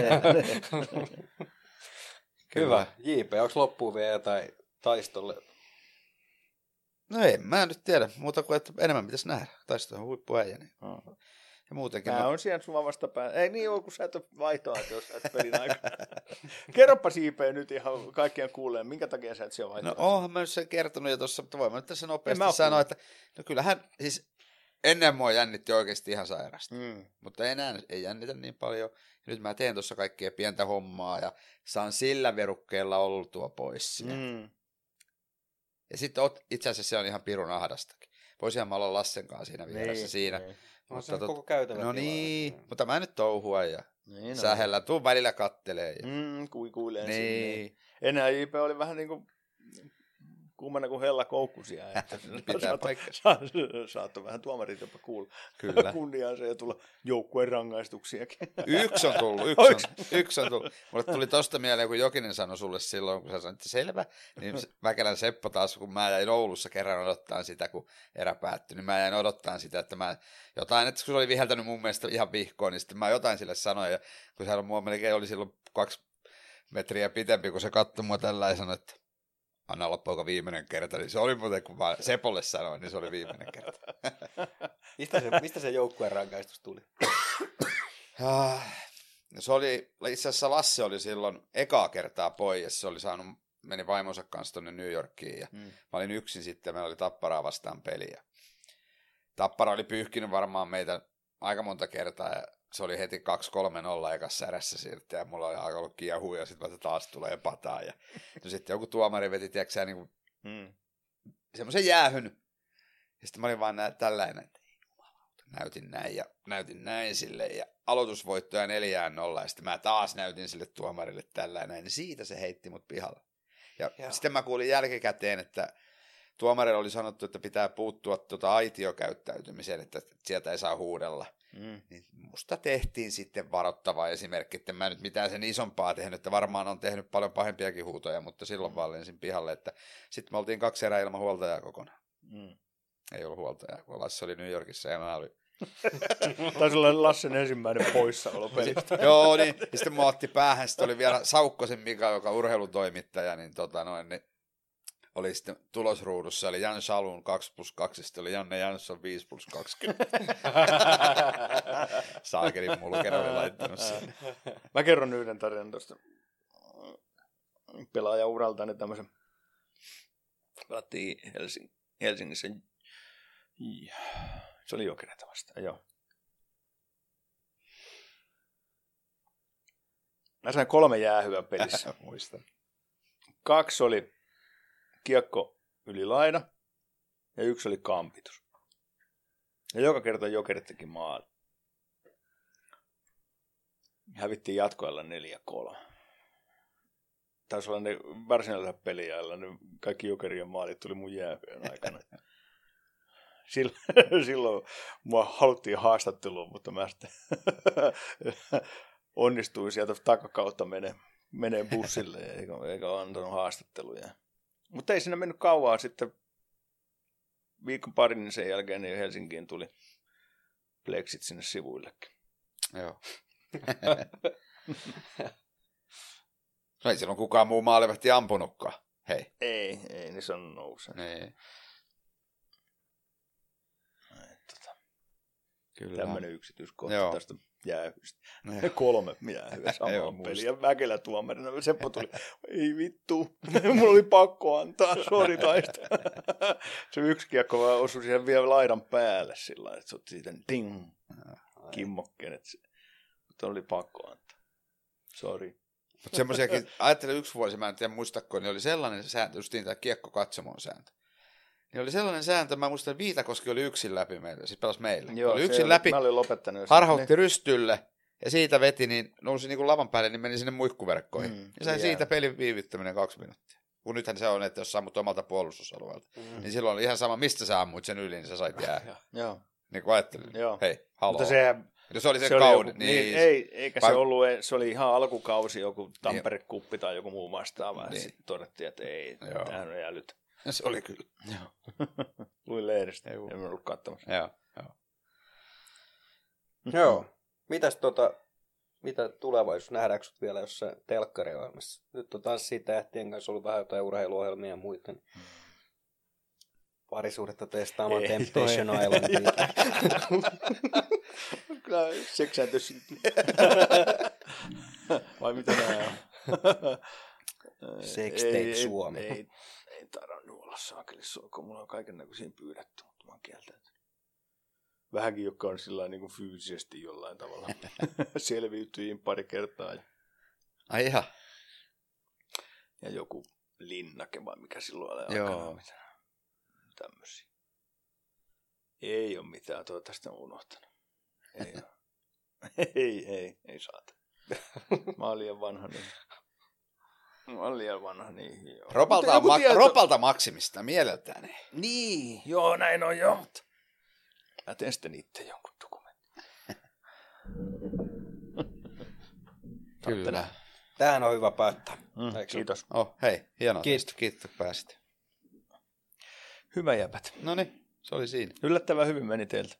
Hyvä. J P, onko loppuun vielä jotain taistolle? No ei, mä en nyt tiedä. Muuta kuin, että enemmän pitäisi nähdä. Taisto on huippuäijä. Niin. Oh. Ja muutenkin. Mä mä... on siellä sua vastapään. Ei niin ole, kun sä et ole vaihtoa, jos sä et pelin aikana. Kerropa J P nyt ihan kaikkien kuuleen, minkä takia sä et siellä vaihtoa. No oonhan mä nyt sen kertonut jo tuossa, mutta voin mä nyt tässä nopeasti sanoa, että no kyllähän siis ennen mua jännitti oikeasti ihan sairasta. Mm. Mutta enää ei jännitä niin paljon. Nyt mä teen tuossa kaikkea pientä hommaa ja saan sillä verukkeella oltua pois sinne. Mm. Ja sitten itse asiassa se on ihan pirun ahdastakin. Voisinhan mä olla Lassen kanssa siinä vieressä niin, siinä. Niin. No, se on tot... koko käytävä. No niin, niin, mutta mä nyt touhua ja niin, sähellä. No. Tuun välillä kattelee. Ja... Mm, kuikuilee niin. sinne. Enää J P oli vähän niin kuin kuumana kuin hella koukkusia. Pitää paikkansa. Saattoi vähän tuomarit jopa kuulla Kyllä. kunniaansa ja tulla joukkueen rangaistuksiakin. Yksi on tullut, yksi on, yksi on tullut. Mulle tuli tosta mieleen, kun Jokinen sanoi sulle silloin, kun sä sanoit, että selvä, niin Mäkelän Seppo taas, kun mä jäin Oulussa kerran odottaa sitä, kun erä päättyi, niin mä jäin odottaa sitä, että mä jotain, että kun se oli viheltänyt mun mielestä ihan vihkoon, niin sitten mä jotain sille sanoin, ja kun se mua melkein oli silloin kaksi metriä pitempi, kun se katsoi mua tällä ja sanoi, että anna olla poika viimeinen kerta, niin se oli muuten, kun mä Sepolle sanoin, niin se oli viimeinen kerta. mistä se, mistä se joukkueen rangaistus tuli? Se oli, itse asiassa Lasse oli silloin ekaa kertaa pois, se oli saanut, meni vaimonsa kanssa tuonne New Yorkiin, ja mm. mä olin yksin sitten, meillä oli Tapparaa vastaan peliä. Tappara oli pyyhkinyt varmaan meitä aika monta kertaa, ja se oli heti kaksi kolme nolla ekassa erässä siltä, ja mulla oli aika ollut kiehuu, ja sitten taas tulee pataa. Ja no sitten joku tuomari veti, tiedätkö niin mm. semmoisen jäähyn. Ja sitten mä olin vaan näin tällainen, että ei jumalauta, näytin näin ja näytin näin sille ja aloitusvoittoja neljään nolla ja sitten mä taas näytin sille tuomarille tällä ja näin, niin siitä se heitti mut pihalle. Ja Joo. sitten mä kuulin jälkikäteen, että tuomarille oli sanottu, että pitää puuttua tuota aitiokäyttäytymiseen, että sieltä ei saa huudella. Mm. Niin musta tehtiin sitten varoittava esimerkki, että mä nyt mitään sen isompaa tehnyt, että varmaan on tehnyt paljon pahempiakin huutoja, mutta silloin mm. vaan lensin pihalle, että sitten me oltiin kaksi erää ilman huoltajaa kokonaan. Mm. Ei ollut huoltajaa, kun Lasse oli New Yorkissa ja mä olin. Taisi olla Lassen ensimmäinen poissaolo pelistä. Joo, niin. Ja sitten mä otti päähän, sitten oli vielä Saukkosen Mika, joka on urheilutoimittaja, niin tota noin, niin oli sitten tulosruudussa, eli Jan Salun kaksi plus kaksi, sitten oli Janne Jansson viisi plus kaksikymmentä. Saakelin mulken oli laittanut sinne. Mä kerron yhden tarinan tuosta pelaajauraltani tämmöisen. Pelattiin Helsing- Helsingissä. Se oli Jokereita vastaan, joo. Mä sain kolme jäähyä pelissä. Muistan. Kaksi oli kiekko yli laida ja yksi oli kampitus. Ja joka kerta Jokerit teki maali. Hävittiin jatkoajalla neljä kolme. Taisi olla ne varsinaisella peliajalla, ne kaikki Jokerien maalit tuli mun jäähyön aikana. Silloin, silloin mua haluttiin haastatteluun, mutta mä sitten onnistuin sieltä takakautta menee, menee bussille eikä, eikä ole antanut haastatteluja. Mutta ei siinä mennyt kauaa sitten. Viikon parin niin sen jälkeen niin Helsinkiin tuli pleksit sinne sivuillekin. Joo. No ei silloin kukaan muu maalivahti ampunutkaan. Hei. Ei, ei, niin se on nousee. Ei. Tota, tämmöinen yksityiskohta Joo. tästä jäähystä. Kolme jäähyä samaan peliin. Ja Mäkelä tuomarina. Seppo tuli, ei vittu, mulla oli pakko antaa, sori taista. Se yksi kiekko vaan osui siihen vielä laidan päälle sillä lailla, että se otti siitä ding, kimmokkeen. Että se, mutta oli pakko antaa. Sori. Mutta semmoisiakin, ajattelin yksi vuosi, mä en tiedä muistako, niin oli sellainen sääntö, justiin tämä kiekkokatsomon sääntö. Niin oli sellainen sääntö, mä muistan, että Viitakoski oli yksin läpi meille, siis pelasi meille. Joo, oli yksin oli, läpi, mä olin lopettanut. harhautti niin rystylle ja siitä veti, niin nousi niin kuin lavan päälle, niin meni sinne muikkuverkkoihin. Mm, ja sai yeah. siitä pelin viivyttäminen kaksi minuuttia. Kun nythän se on, että jos sammut omalta puolustusalueelta, mm. niin silloin oli ihan sama, mistä sä ammuit sen yli, niin sä sait jää. Joo. Niin kuin ajattelin, Joo. hei, haloo. Mutta sehän, se oli se, se kauden. Oli niin, niin, ei, eikä vai... se ollut, se oli ihan alkukausi joku Tampere-kuppi tai joku muu vastaava. Niin. Sitten todettiin, että ei, Joo. tämähän on älytä. Se oli kyllä. Joo. Luin lehdistä, en ollut katsomassa. Joo. Joo. Joo. Mitäs tota, mitä tulevaisuus, nähdäänkö sut vielä jossain telkkariohjelmassa? Nyt on Tanssitähtien kanssa ollut vähän jotain urheiluohjelmia ja muita. Niin parisuudetta testaamaan Temptation Islandia. Kyllä seksääntys. Vai mitä nää on? Sextape Suomi. Ei, ei, ei tarannut olla saakelissa, kun mulla on kaikennäköisiä pyydetty, mutta mä oon kieltäytynyt. Vähänkin, jotka on sillä niin kuin fyysisesti jollain tavalla selviytyin pari kertaa. Ai ihan. Ja joku linnake vai mikä silloin oli Joo. Tämmöisiä. Ei ole mitään, toivottavasti on unohtanut. Ei ole. ei, ei, ei saata. Mä oon liian vanha niin. Mä oon liian vanha niin. Joo. Ropalta, ma- tieto... Ropalta maksimista mieleltään ei. Niin, joo näin on joo. Mä teen sitten itse jonkun dokumentin. Kyllä. Tähän on hyvä päättää. Mm, kiitos. Oh, hei, hienoa. Kiitos. Kiitos, että pääsit. Hyvä jäpät. Noniin, se oli siinä. Yllättävän hyvin meni teiltä.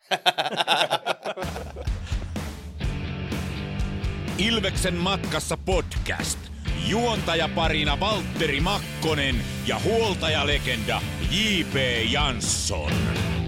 Ilveksen matkassa podcast. Juontajaparina Valtteri Makkonen ja huoltajalegenda J P Jansson.